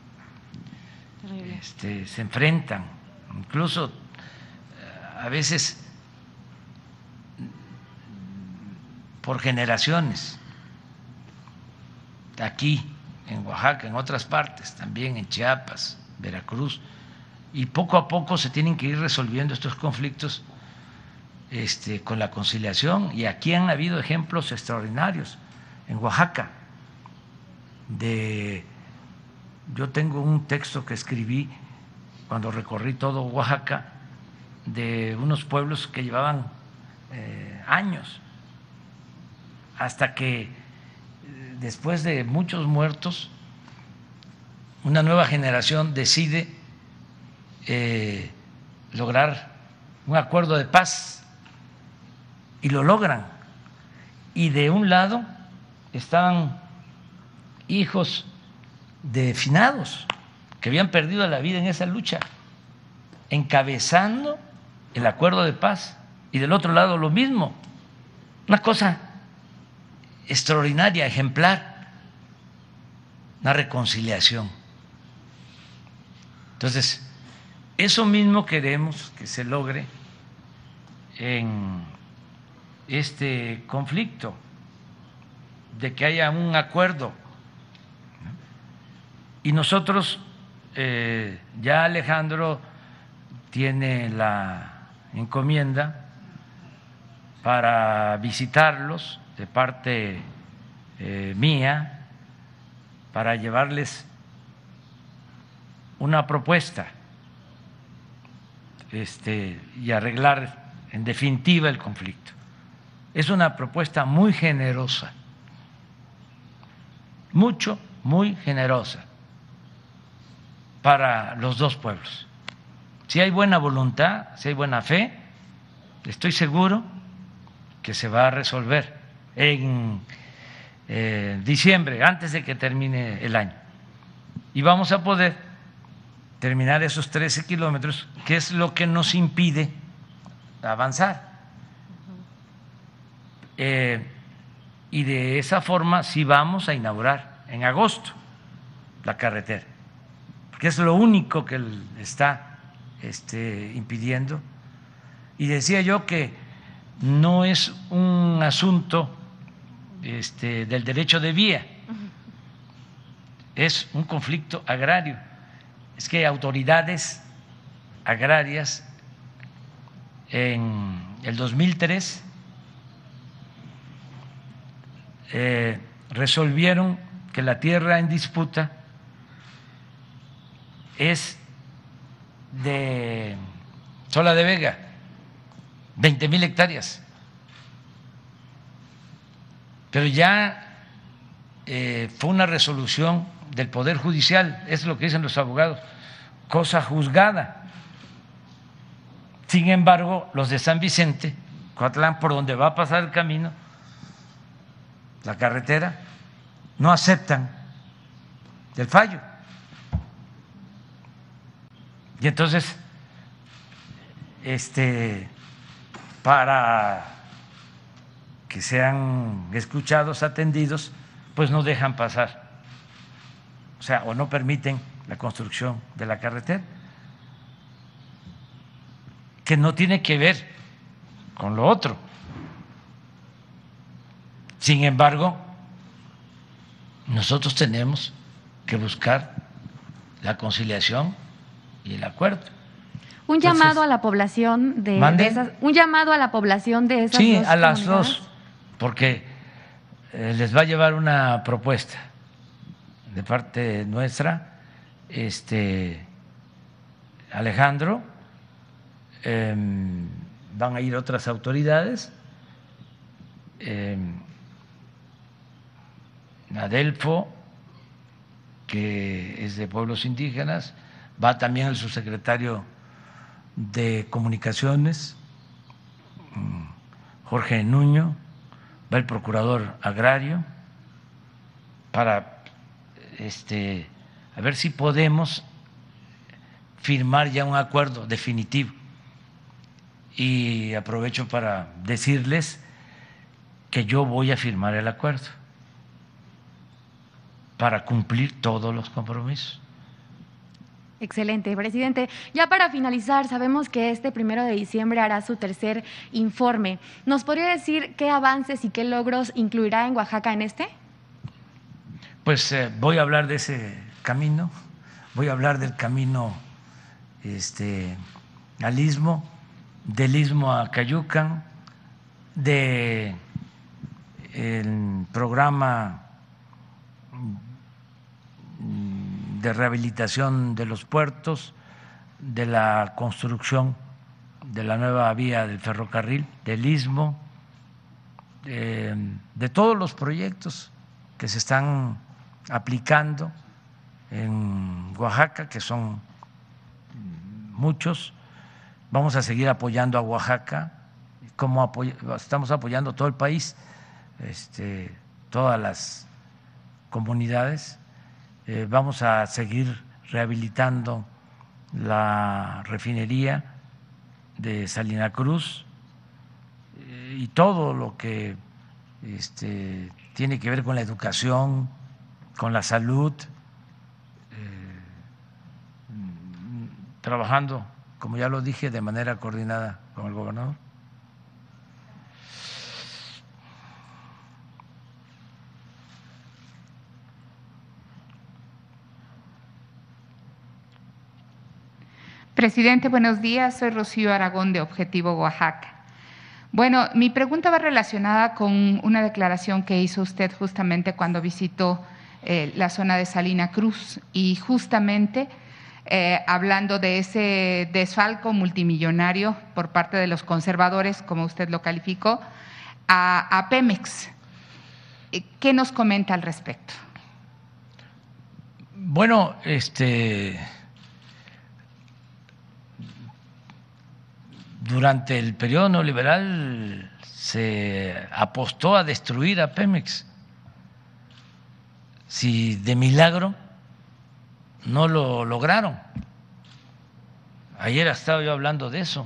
se enfrentan, incluso a veces por generaciones, aquí en Oaxaca, en otras partes, también en Chiapas, Veracruz, y poco a poco se tienen que ir resolviendo estos conflictos con la conciliación. Y aquí han habido ejemplos extraordinarios en Oaxaca. Yo tengo un texto que escribí cuando recorrí todo Oaxaca, de unos pueblos que llevaban años, hasta que después de muchos muertos, una nueva generación decide lograr un acuerdo de paz, y lo logran. Y de un lado estaban hijos de finados que habían perdido la vida en esa lucha, encabezando el acuerdo de paz, y del otro lado lo mismo. Una cosa extraordinaria, ejemplar, una reconciliación. Entonces, eso mismo queremos que se logre en este conflicto, de que haya un acuerdo. Y nosotros, ya Alejandro tiene la encomienda para visitarlos de parte mía, para llevarles una propuesta y arreglar en definitiva el conflicto. Es una propuesta muy generosa, muy generosa para los dos pueblos. Si hay buena voluntad, si hay buena fe, estoy seguro que se va a resolver en diciembre, antes de que termine el año. Y vamos a poder terminar esos 13 kilómetros, que es lo que nos impide avanzar. Y de esa forma sí vamos a inaugurar en agosto la carretera, que es lo único que está impidiendo. Y decía yo que no es un asunto del derecho de vía, es un conflicto agrario. Es que autoridades agrarias en el 2003 resolvieron que la tierra en disputa es de Sola de Vega, 20,000 hectáreas. Pero ya fue una resolución del Poder Judicial, es lo que dicen los abogados, cosa juzgada. Sin embargo, los de San Vicente, Coatlán, por donde va a pasar el camino, la carretera, no aceptan el fallo. Y entonces, para que sean escuchados, atendidos, pues no dejan pasar, o sea, o no permiten la construcción de la carretera, que no tiene que ver con lo otro. Sin embargo, nosotros tenemos que buscar la conciliación y el acuerdo. Un llamado a la población de esas, un llamado a la población de esas sí, dos a las comunidades. dos, porque les va a llevar una propuesta de parte nuestra, Alejandro, van a ir otras autoridades, Adelfo, que es de pueblos indígenas, va también el subsecretario de Comunicaciones, Jorge Nuño, va el procurador agrario, para a ver si podemos firmar ya un acuerdo definitivo. Y aprovecho para decirles que yo voy a firmar el acuerdo para cumplir todos los compromisos. Excelente, presidente. Ya para finalizar, sabemos que este 1 de diciembre hará su tercer informe. ¿Nos podría decir qué avances y qué logros incluirá en Oaxaca en este? Pues voy a hablar de ese camino, voy a hablar del camino al Istmo, del Istmo a Cayucan, del programa de rehabilitación de los puertos, de la construcción de la nueva vía del ferrocarril, del Istmo, de todos los proyectos que se están aplicando en Oaxaca, que son muchos. Vamos a seguir apoyando a Oaxaca, como estamos apoyando a todo el país, todas las comunidades. Vamos a seguir rehabilitando la refinería de Salina Cruz y todo lo que tiene que ver con la educación, con la salud, trabajando, como ya lo dije, de manera coordinada con el gobernador. Presidente, buenos días. Soy Rocío Aragón de Objetivo Oaxaca. Bueno, mi pregunta va relacionada con una declaración que hizo usted justamente cuando visitó la zona de Salina Cruz y justamente hablando de ese desfalco multimillonario por parte de los conservadores, como usted lo calificó, a Pemex. ¿Qué nos comenta al respecto? Bueno, durante el periodo neoliberal se apostó a destruir a Pemex. Si de milagro no lo lograron. Ayer estaba yo hablando de eso.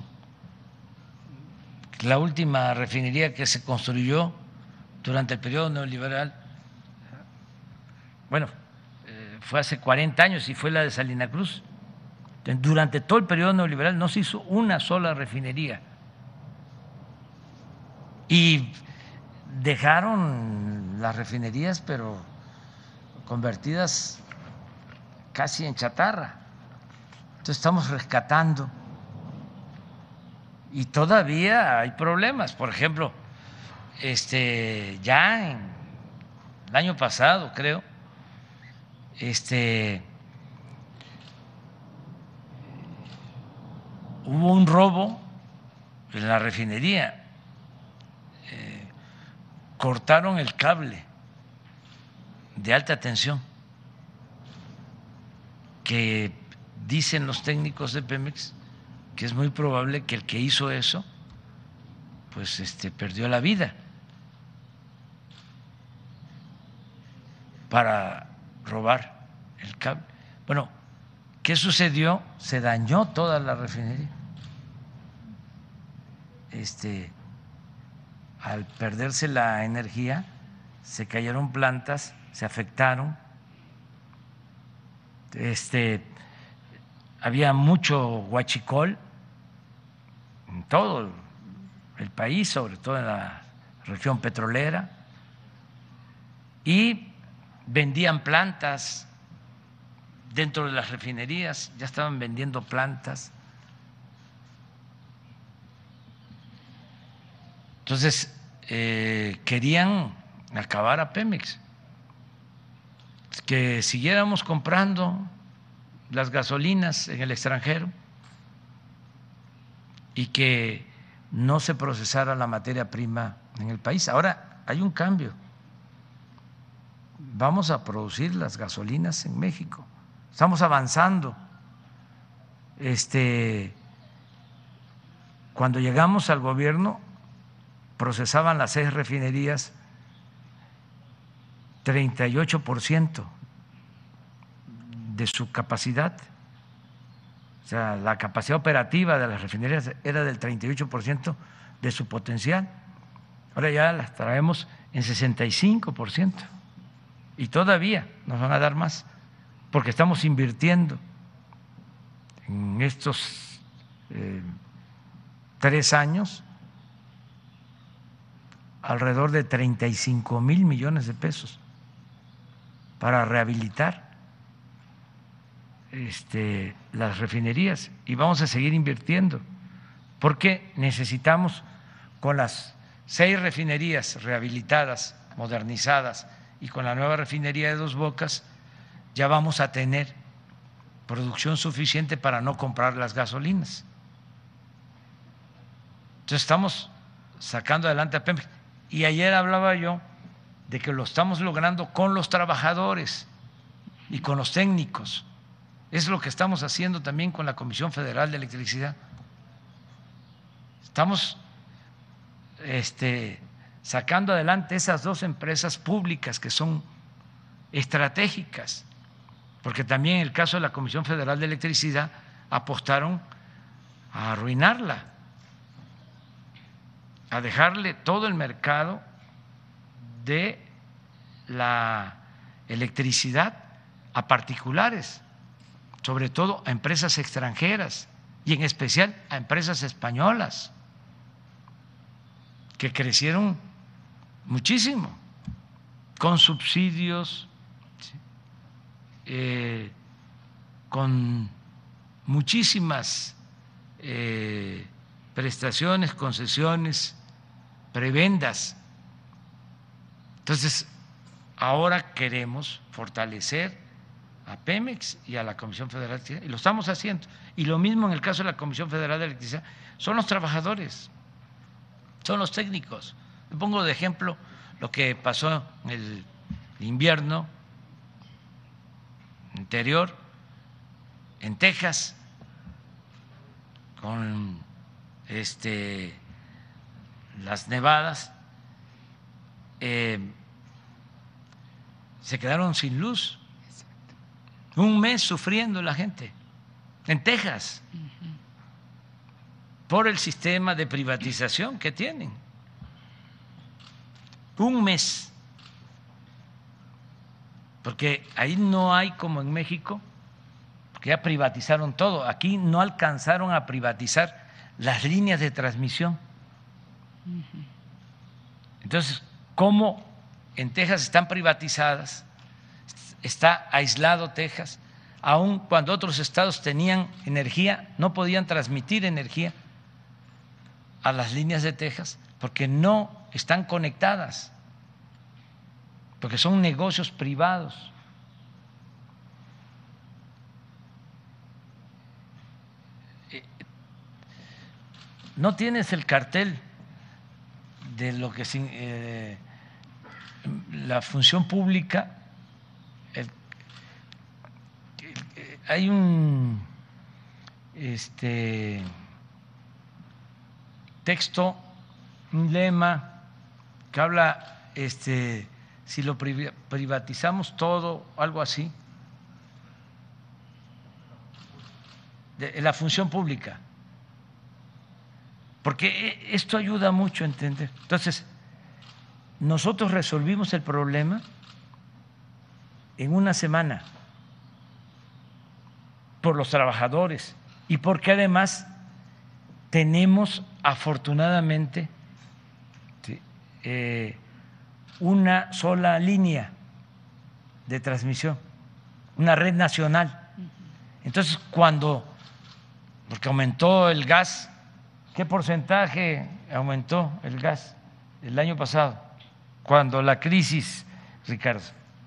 La última refinería que se construyó durante el periodo neoliberal, bueno, fue hace 40 años y fue la de Salina Cruz. Durante todo el periodo neoliberal no se hizo una sola refinería y dejaron las refinerías pero convertidas casi en chatarra. Entonces estamos rescatando y todavía hay problemas. Por ejemplo, ya en el año pasado, creo, hubo un robo en la refinería, cortaron el cable de alta tensión que dicen los técnicos de Pemex que es muy probable que el que hizo eso pues perdió la vida para robar el cable. Bueno, ¿qué sucedió? Se dañó toda la refinería. Al perderse la energía, se cayeron plantas, se afectaron. Había mucho huachicol en todo el país, sobre todo en la región petrolera, y vendían plantas dentro de las refinerías, ya estaban vendiendo plantas. Entonces, querían acabar a Pemex, que siguiéramos comprando las gasolinas en el extranjero y que no se procesara la materia prima en el país. Ahora hay un cambio. Vamos a producir las gasolinas en México. Estamos avanzando. Cuando llegamos al gobierno, procesaban las 6 refinerías 38% de su capacidad. O sea, la capacidad operativa de las refinerías era del 38% de su potencial. Ahora ya las traemos en 65% y todavía nos van a dar más porque estamos invirtiendo en estos 3 años alrededor de 35,000 millones de pesos para rehabilitar las refinerías, y vamos a seguir invirtiendo porque necesitamos, con las 6 refinerías rehabilitadas, modernizadas, y con la nueva refinería de Dos Bocas, ya vamos a tener producción suficiente para no comprar las gasolinas. Entonces estamos sacando adelante a Pemex. Y ayer hablaba yo de que lo estamos logrando con los trabajadores y con los técnicos. Es lo que estamos haciendo también con la Comisión Federal de Electricidad. Estamos sacando adelante esas 2 empresas públicas que son estratégicas, porque también en el caso de la Comisión Federal de Electricidad apostaron a arruinarla, a dejarle todo el mercado de la electricidad a particulares, sobre todo a empresas extranjeras y en especial a empresas españolas que crecieron muchísimo con subsidios, con muchísimas prestaciones, concesiones, prebendas. Entonces, ahora queremos fortalecer a Pemex y a la Comisión Federal de Electricidad, y lo estamos haciendo. Y lo mismo en el caso de la Comisión Federal de Electricidad, son los trabajadores, son los técnicos. Me pongo de ejemplo lo que pasó en el invierno anterior en Texas con las nevadas. Se quedaron sin luz, un mes sufriendo la gente en Texas por el sistema de privatización que tienen. Un mes, porque ahí no hay como en México, que ya privatizaron todo. Aquí no alcanzaron a privatizar las líneas de transmisión. Entonces, ¿cómo en Texas están privatizadas? Está aislado Texas, aun cuando otros estados tenían energía, no podían transmitir energía a las líneas de Texas porque no están conectadas, porque son negocios privados. No tienes el cartel de lo que la función pública. Hay un texto, un lema que habla si lo privatizamos todo, algo así, de la función pública, porque esto ayuda mucho a entender. Entonces, nosotros resolvimos el problema en una semana por los trabajadores y porque además tenemos afortunadamente una sola línea de transmisión, una red nacional. Entonces, porque aumentó el gas, ¿qué porcentaje aumentó el gas el año pasado? Cuando la crisis, Ricardo,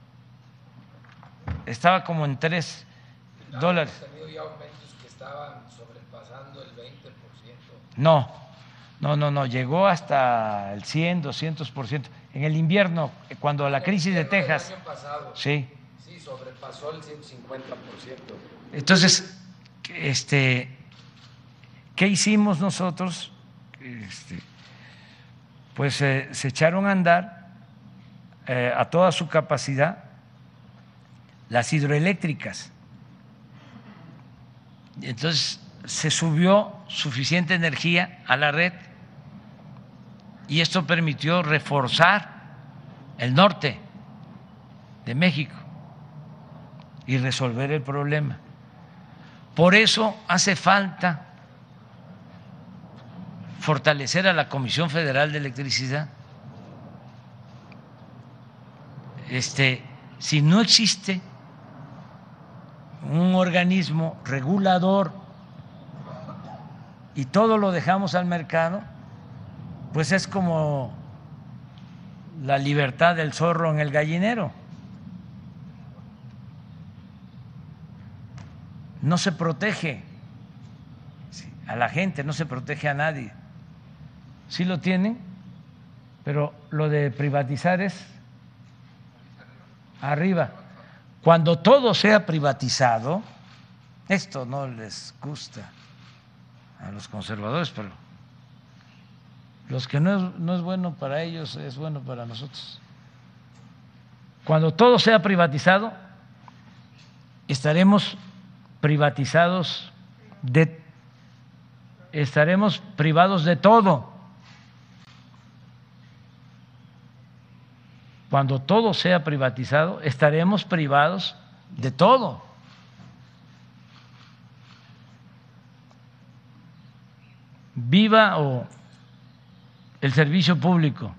estaba como en $3. Ya aumentos que estaban sobrepasando el 20%. No, llegó hasta el 100, 200%. En el invierno, cuando la crisis de Texas. El año pasado. Sí, sobrepasó el 150%. Entonces, ¿qué hicimos nosotros? pues se echaron a andar a toda su capacidad las hidroeléctricas. Entonces se subió suficiente energía a la red y esto permitió reforzar el norte de México y resolver el problema. Por eso hace falta fortalecer a la Comisión Federal de Electricidad. Si no existe un organismo regulador y todo lo dejamos al mercado, pues es como la libertad del zorro en el gallinero. No se protege a la gente, no se protege a nadie. Sí lo tienen, pero lo de privatizar es arriba. Cuando todo sea privatizado, esto no les gusta a los conservadores, pero los que no es bueno para ellos, es bueno para nosotros. Cuando todo sea privatizado, estaremos privados de todo. Cuando todo sea privatizado, estaremos privados de todo. Viva el servicio público.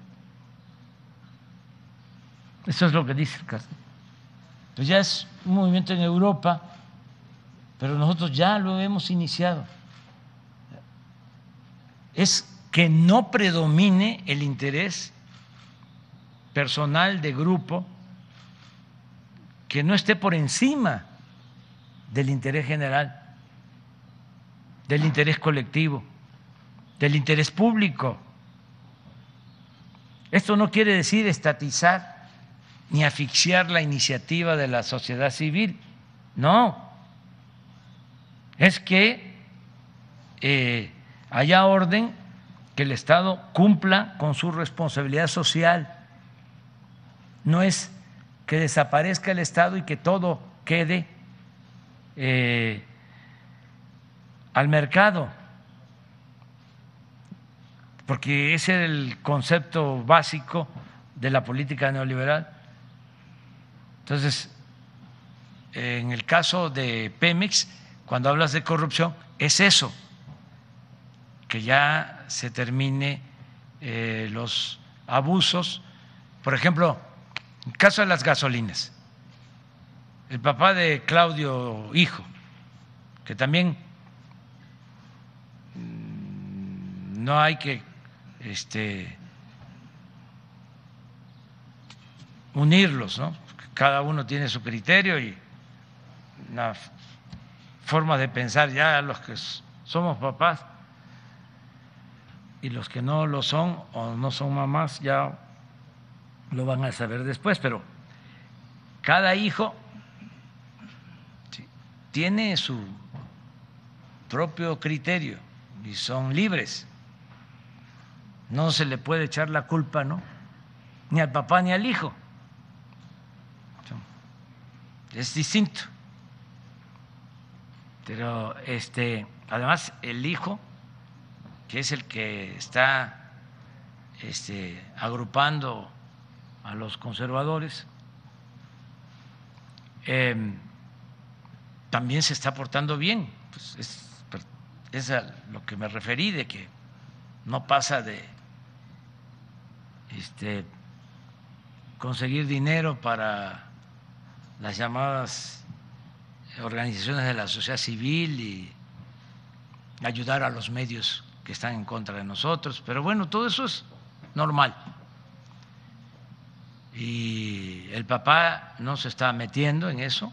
Eso es lo que dice el caso. Pues ya es un movimiento en Europa, pero nosotros ya lo hemos iniciado. Es que no predomine el interés personal de grupo, que no esté por encima del interés general, del interés colectivo, del interés público. Esto no quiere decir estatizar ni asfixiar la iniciativa de la sociedad civil, no. Es que haya orden, que el Estado cumpla con su responsabilidad social. No es que desaparezca el Estado y que todo quede al mercado, porque ese es el concepto básico de la política neoliberal. Entonces, en el caso de Pemex, cuando hablas de corrupción, es eso, que ya se termine los abusos. Por ejemplo, en el caso de las gasolinas, el papá de Claudio Hijo, que también no hay que unirlos, ¿no? Cada uno tiene su criterio y una forma de pensar. Ya los que somos papás y los que no lo son o no son mamás ya lo van a saber después, pero cada hijo tiene su propio criterio y son libres. No se le puede echar la culpa, ¿no?, ni al papá ni al hijo. Es distinto. Pero además el hijo, que es el que está agrupando a los conservadores, también se está portando bien. Pues es a lo que me referí, de que no pasa de conseguir dinero para las llamadas organizaciones de la sociedad civil y ayudar a los medios que están en contra de nosotros. Pero bueno, todo eso es normal. Y el papá no se está metiendo en eso.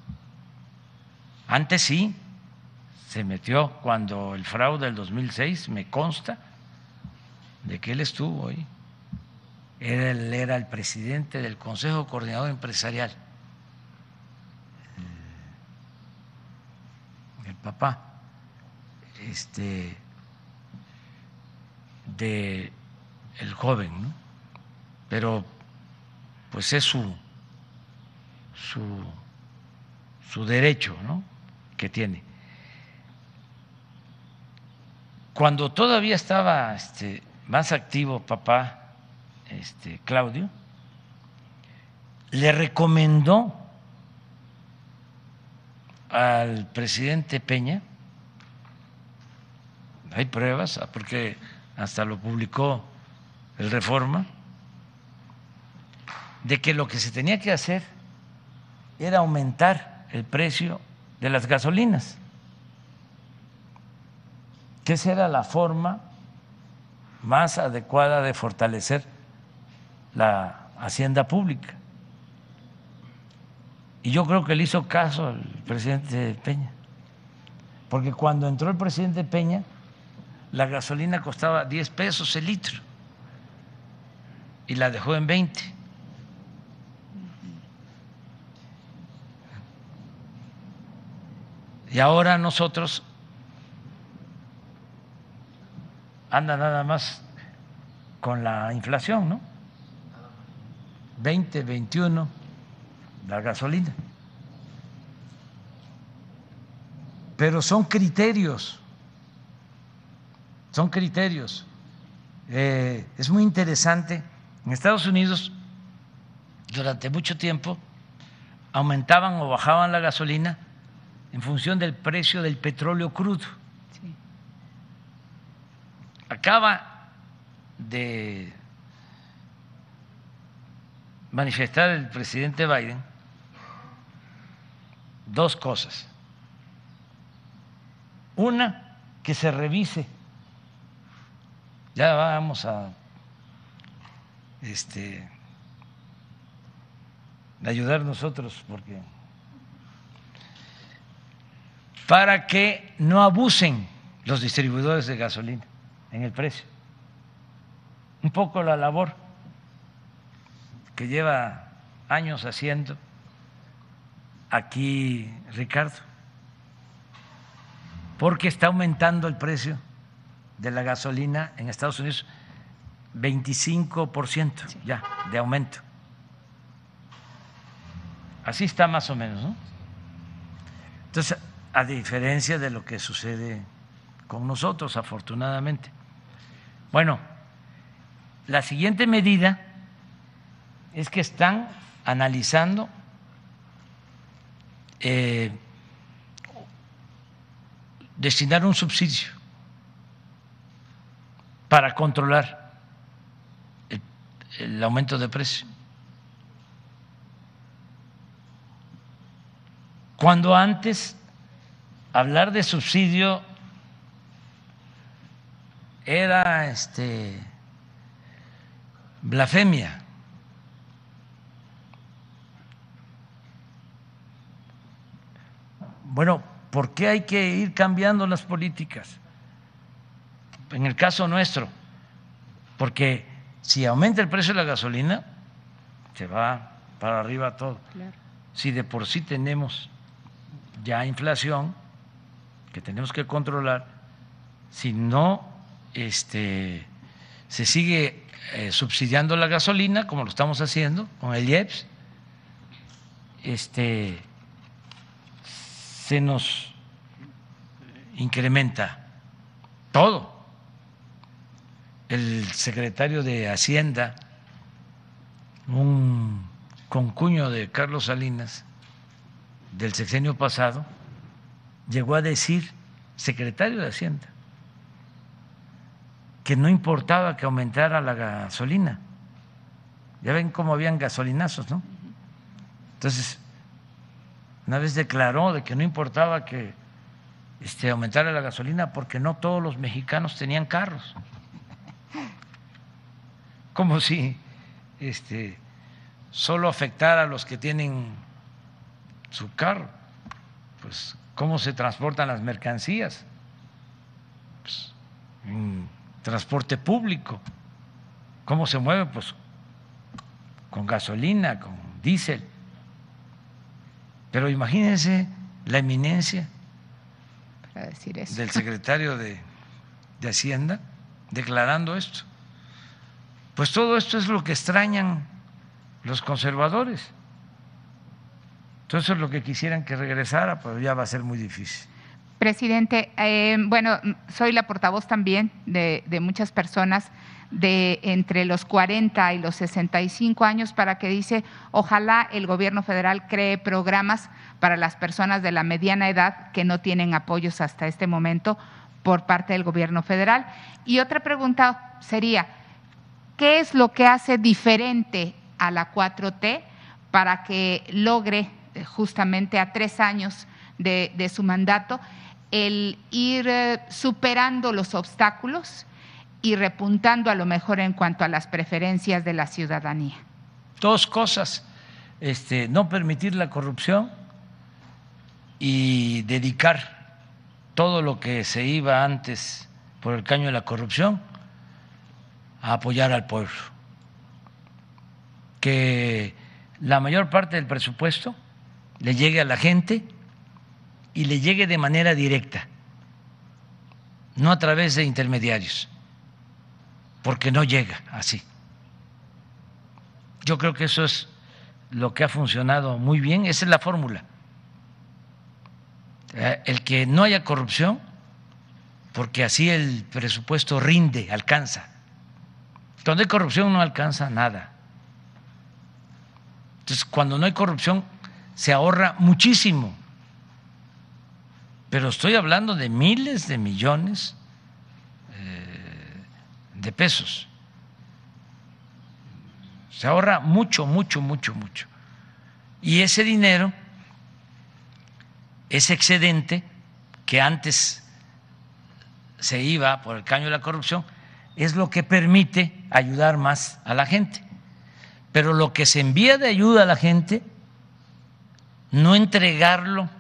Antes sí, se metió cuando el fraude del 2006, me consta de que él estuvo ahí. Él era el presidente del Consejo Coordinador Empresarial, el papá del el joven, ¿no? Pero pues es su derecho, ¿no?, que tiene. Cuando todavía estaba más activo papá Claudio, le recomendó al presidente Peña, hay pruebas, porque hasta lo publicó el Reforma, de que lo que se tenía que hacer era aumentar el precio de las gasolinas, que esa era la forma más adecuada de fortalecer la hacienda pública. Y yo creo que le hizo caso al presidente Peña, porque cuando entró el presidente Peña, la gasolina costaba 10 pesos el litro y la dejó en 20. Y ahora nosotros anda nada más con la inflación, ¿no? 20, 21 la gasolina. Pero son criterios, son criterios. Es muy interesante. En Estados Unidos, durante mucho tiempo, aumentaban o bajaban la gasolina en función del precio del petróleo crudo. Sí. Acaba de manifestar el presidente Biden dos cosas. Una, que se revise. Ya vamos a ayudar nosotros porque para que no abusen los distribuidores de gasolina en el precio. Un poco la labor que lleva años haciendo aquí Ricardo, porque está aumentando el precio de la gasolina en Estados Unidos 25% ya de aumento. Así está más o menos, ¿no? Entonces, a diferencia de lo que sucede con nosotros, afortunadamente. Bueno, la siguiente medida es que están analizando destinar un subsidio para controlar el aumento de precio. Cuando antes hablar de subsidio era blasfemia. Bueno, ¿por qué hay que ir cambiando las políticas? En el caso nuestro, porque si aumenta el precio de la gasolina, se va para arriba todo. Claro. Si de por sí tenemos ya inflación que tenemos que controlar, si no se sigue subsidiando la gasolina como lo estamos haciendo con el IEPS, se nos incrementa todo. El secretario de Hacienda, un concuño de Carlos Salinas del sexenio pasado, llegó a decir, secretario de Hacienda, que no importaba que aumentara la gasolina. Ya ven cómo habían gasolinazos, ¿no? Entonces, una vez declaró de que no importaba que aumentara la gasolina porque no todos los mexicanos tenían carros. Como si solo afectara a los que tienen su carro. Pues, ¿cómo se transportan las mercancías? Pues, en transporte público. ¿Cómo se mueve? Pues con gasolina, con diésel. Pero imagínense la eminencia para decir eso del secretario de Hacienda declarando esto. Pues todo esto es lo que extrañan los conservadores. Entonces es lo que quisieran que regresara, pero ya va a ser muy difícil. Presidente, bueno, soy la portavoz también de muchas personas de entre los 40 y los 65 años para que dice, ojalá el gobierno federal cree programas para las personas de la mediana edad que no tienen apoyos hasta este momento por parte del gobierno federal. Y otra pregunta sería, ¿qué es lo que hace diferente a la 4T para que logre justamente a 3 años de su mandato el ir superando los obstáculos y repuntando a lo mejor en cuanto a las preferencias de la ciudadanía? 2 cosas, no permitir la corrupción y dedicar todo lo que se iba antes por el caño de la corrupción a apoyar al pueblo. Que la mayor parte del presupuesto le llegue a la gente y le llegue de manera directa, no a través de intermediarios, porque no llega así. Yo creo que eso es lo que ha funcionado muy bien, esa es la fórmula. El que no haya corrupción, porque así el presupuesto rinde, alcanza. Cuando hay corrupción no alcanza nada. Entonces, cuando no hay corrupción, se ahorra muchísimo. Pero estoy hablando de miles de millones de pesos. Se ahorra mucho, mucho, mucho, mucho. Y ese dinero, ese excedente que antes se iba por el caño de la corrupción, es lo que permite ayudar más a la gente. Pero lo que se envía de ayuda a la gente, no entregarlo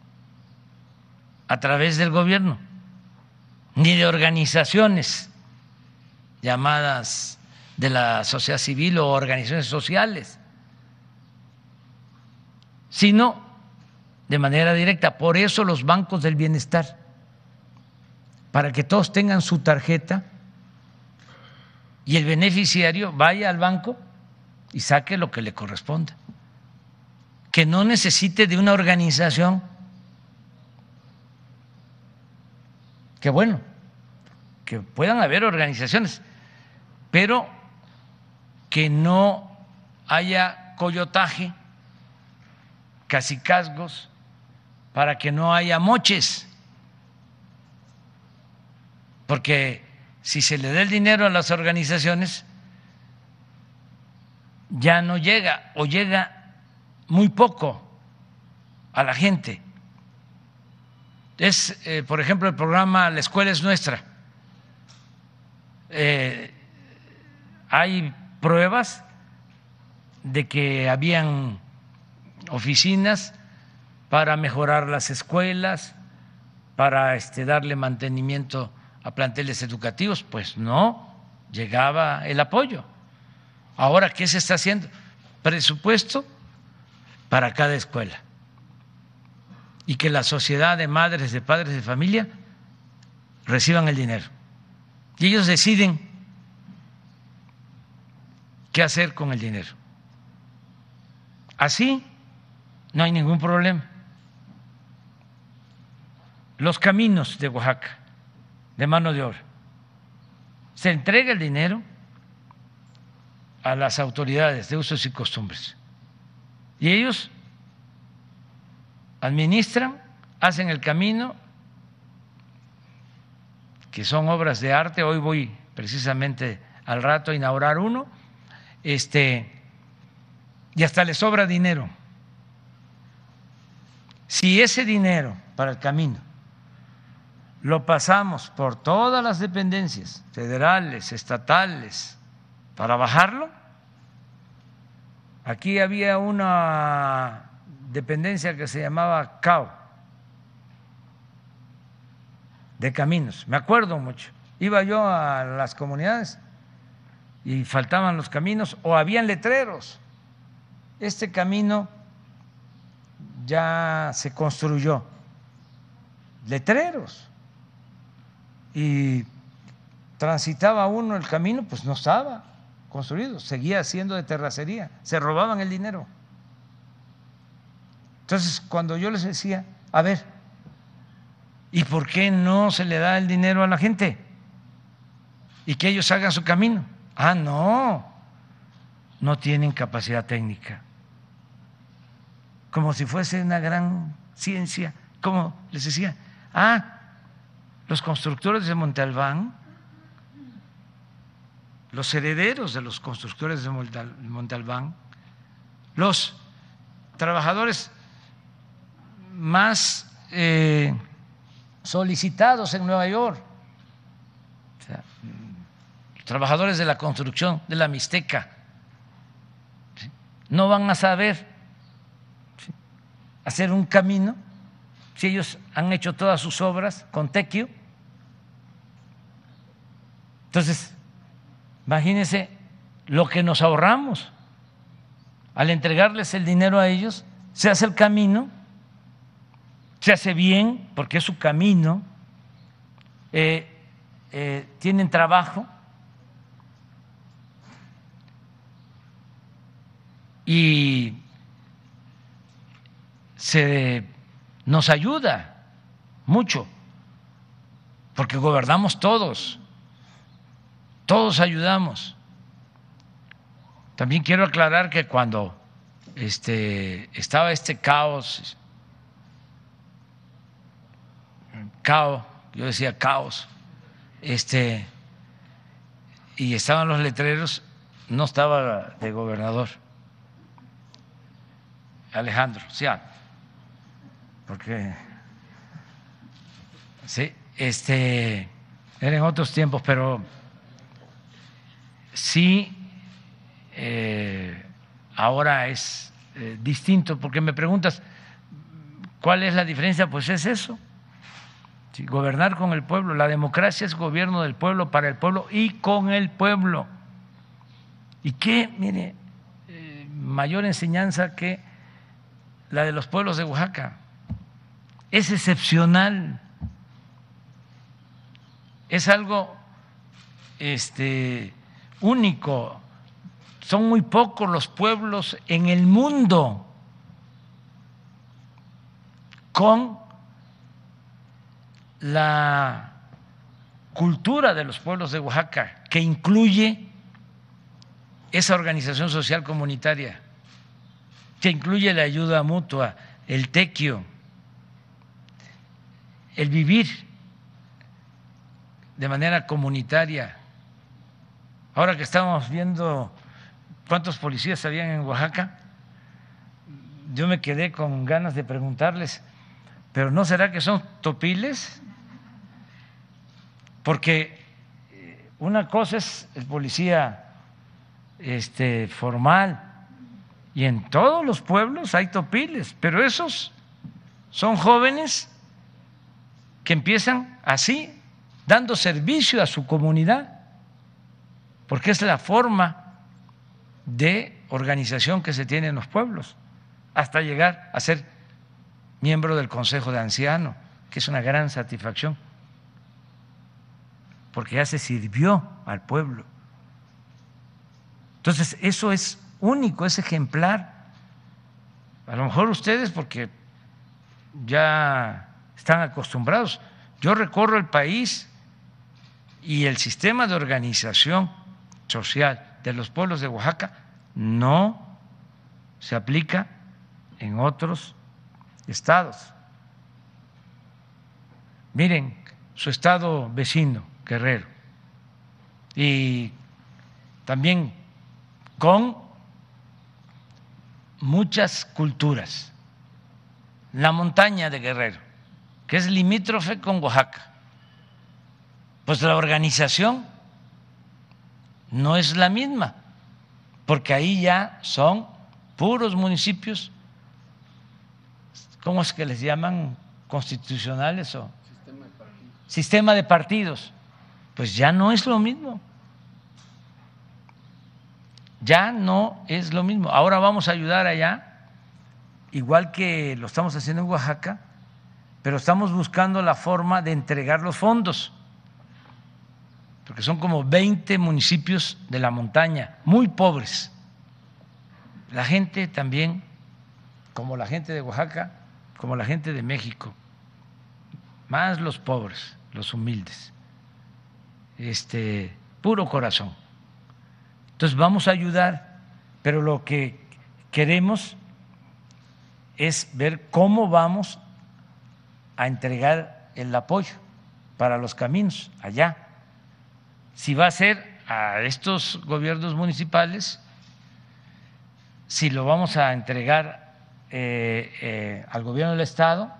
a través del gobierno, ni de organizaciones llamadas de la sociedad civil o organizaciones sociales, sino de manera directa. Por eso los bancos del bienestar, para que todos tengan su tarjeta y el beneficiario vaya al banco y saque lo que le corresponda, que no necesite de una organización. Que bueno, que puedan haber organizaciones, pero que no haya coyotaje, cacicazgos, para que no haya moches. Porque si se le da el dinero a las organizaciones, ya no llega o llega muy poco a la gente. Es, por ejemplo, el programa La Escuela es Nuestra. Hay pruebas de que habían oficinas para mejorar las escuelas, para darle mantenimiento a planteles educativos. Pues no llegaba el apoyo. Ahora, ¿qué se está haciendo? Presupuesto para cada escuela. Y que la sociedad de madres, de padres de familia reciban el dinero. Y ellos deciden qué hacer con el dinero. Así no hay ningún problema. Los caminos de Oaxaca, de mano de obra, se entrega el dinero a las autoridades de usos y costumbres. Y ellos administran, hacen el camino, que son obras de arte. Hoy voy precisamente al rato a inaugurar uno, y hasta les sobra dinero. Si ese dinero para el camino lo pasamos por todas las dependencias federales, estatales, para bajarlo, aquí había una dependencia que se llamaba CAO, de caminos, me acuerdo mucho. Iba yo a las comunidades y faltaban los caminos o habían letreros. Este camino ya se construyó, letreros, y transitaba uno el camino, pues no estaba, construido, seguía siendo de terracería, se robaban el dinero. Entonces, cuando yo les decía, a ver, ¿y por qué no se le da el dinero a la gente? Y que ellos hagan su camino. Ah, no tienen capacidad técnica. Como si fuese una gran ciencia. Como les decía, los constructores de Monte Albán, los herederos de los constructores de Monte Albán, los trabajadores más solicitados en Nueva York, o sea, trabajadores de la construcción de la Mixteca, ¿sí? No van a saber, ¿sí?, hacer un camino si ellos han hecho todas sus obras con tequio. Entonces, imagínense lo que nos ahorramos al entregarles el dinero a ellos. Se hace el camino, se hace bien porque es su camino, tienen trabajo y se nos ayuda mucho porque gobernamos todos ayudamos. También quiero aclarar que cuando estaba este caos, yo decía caos, y estaban los letreros, no estaba de gobernador Alejandro, sí, porque sí, eran otros tiempos, pero sí, ahora es distinto, porque me preguntas cuál es la diferencia, pues es eso, ¿sí? Gobernar con el pueblo. La democracia es gobierno del pueblo, para el pueblo y con el pueblo. Y qué, mire, mayor enseñanza que la de los pueblos de Oaxaca. Es excepcional, es algo único. Son muy pocos los pueblos en el mundo con la cultura de los pueblos de Oaxaca, que incluye esa organización social comunitaria, que incluye la ayuda mutua, el tequio, el vivir de manera comunitaria. Ahora que estamos viendo cuántos policías habían en Oaxaca, yo me quedé con ganas de preguntarles, ¿pero no será que son topiles? Porque una cosa es el policía formal, y en todos los pueblos hay topiles, pero esos son jóvenes que empiezan así, dando servicio a su comunidad, porque es la forma de organización que se tiene en los pueblos, hasta llegar a ser miembro del Consejo de Ancianos, que es una gran satisfacción, porque ya se sirvió al pueblo. Entonces, eso es único, es ejemplar. A lo mejor ustedes, porque ya están acostumbrados. Yo recorro el país y el sistema de organización social de los pueblos de Oaxaca no se aplica en otros estados. Miren, su estado vecino, Guerrero, y también con muchas culturas. La montaña de Guerrero, que es limítrofe con Oaxaca, pues la organización no es la misma, porque ahí ya son puros municipios, ¿cómo es que les llaman? Constitucionales o sistema de partidos. Pues ya no es lo mismo. Ya no es lo mismo. Ahora vamos a ayudar allá, igual que lo estamos haciendo en Oaxaca, pero estamos buscando la forma de entregar los fondos. porque son como 20 municipios de la montaña, muy pobres. La gente también, como la gente de Oaxaca, como la gente de México, más los pobres, los humildes, puro corazón. Entonces vamos a ayudar, pero lo que queremos es ver cómo vamos a entregar el apoyo para los caminos allá. Si va a ser a estos gobiernos municipales, si lo vamos a entregar al gobierno del Estado.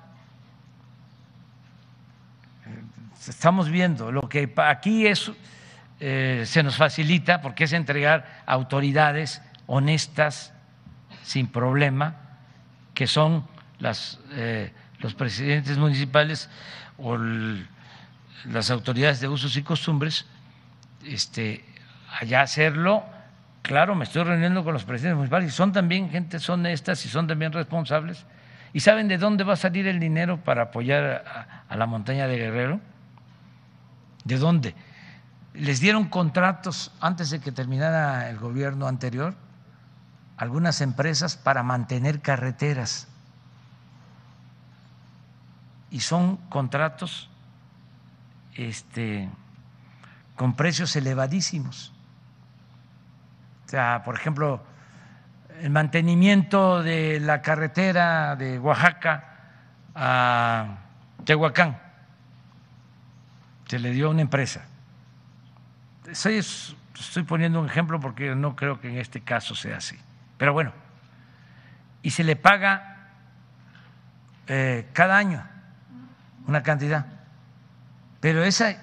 Estamos viendo lo que aquí es, se nos facilita porque es entregar a autoridades honestas, sin problema, que son los presidentes municipales o las autoridades de usos y costumbres. Allá hacerlo, claro, me estoy reuniendo con los presidentes municipales y son también gentes honestas y son también responsables y saben de dónde va a salir el dinero para apoyar a la montaña de Guerrero. ¿De dónde? Les dieron contratos antes de que terminara el gobierno anterior, algunas empresas para mantener carreteras y son contratos con precios elevadísimos. O sea, por ejemplo, el mantenimiento de la carretera de Oaxaca a Tehuacán se le dio a una empresa. Estoy poniendo un ejemplo porque no creo que en este caso sea así. Pero bueno, y se le paga cada año una cantidad. Pero ese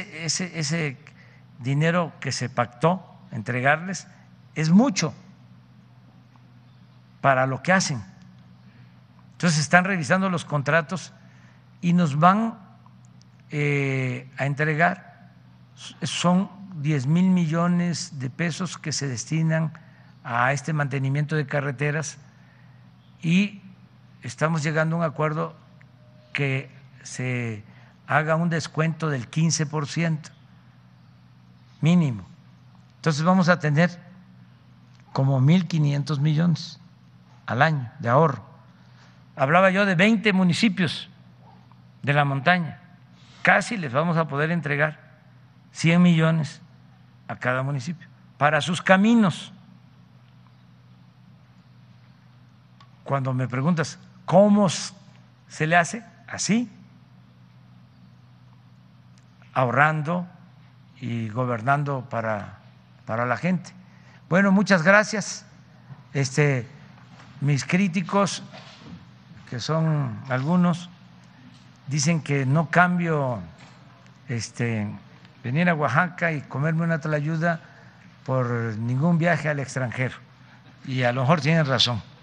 dinero que se pactó entregarles es mucho para lo que hacen. Entonces están revisando los contratos y nos van a entregar, son 10,000 millones de pesos que se destinan a este mantenimiento de carreteras y estamos llegando a un acuerdo que se haga un descuento del 15% mínimo. Entonces vamos a tener como 1,500 millones al año de ahorro. Hablaba yo de 20 municipios de la montaña. Casi les vamos a poder entregar 100 millones a cada municipio para sus caminos. Cuando me preguntas cómo se le hace, así, ahorrando y gobernando para la gente. Bueno, muchas gracias. Mis críticos, que son algunos, dicen que no cambio venir a Oaxaca y comerme una tlayuda por ningún viaje al extranjero. Y a lo mejor tienen razón.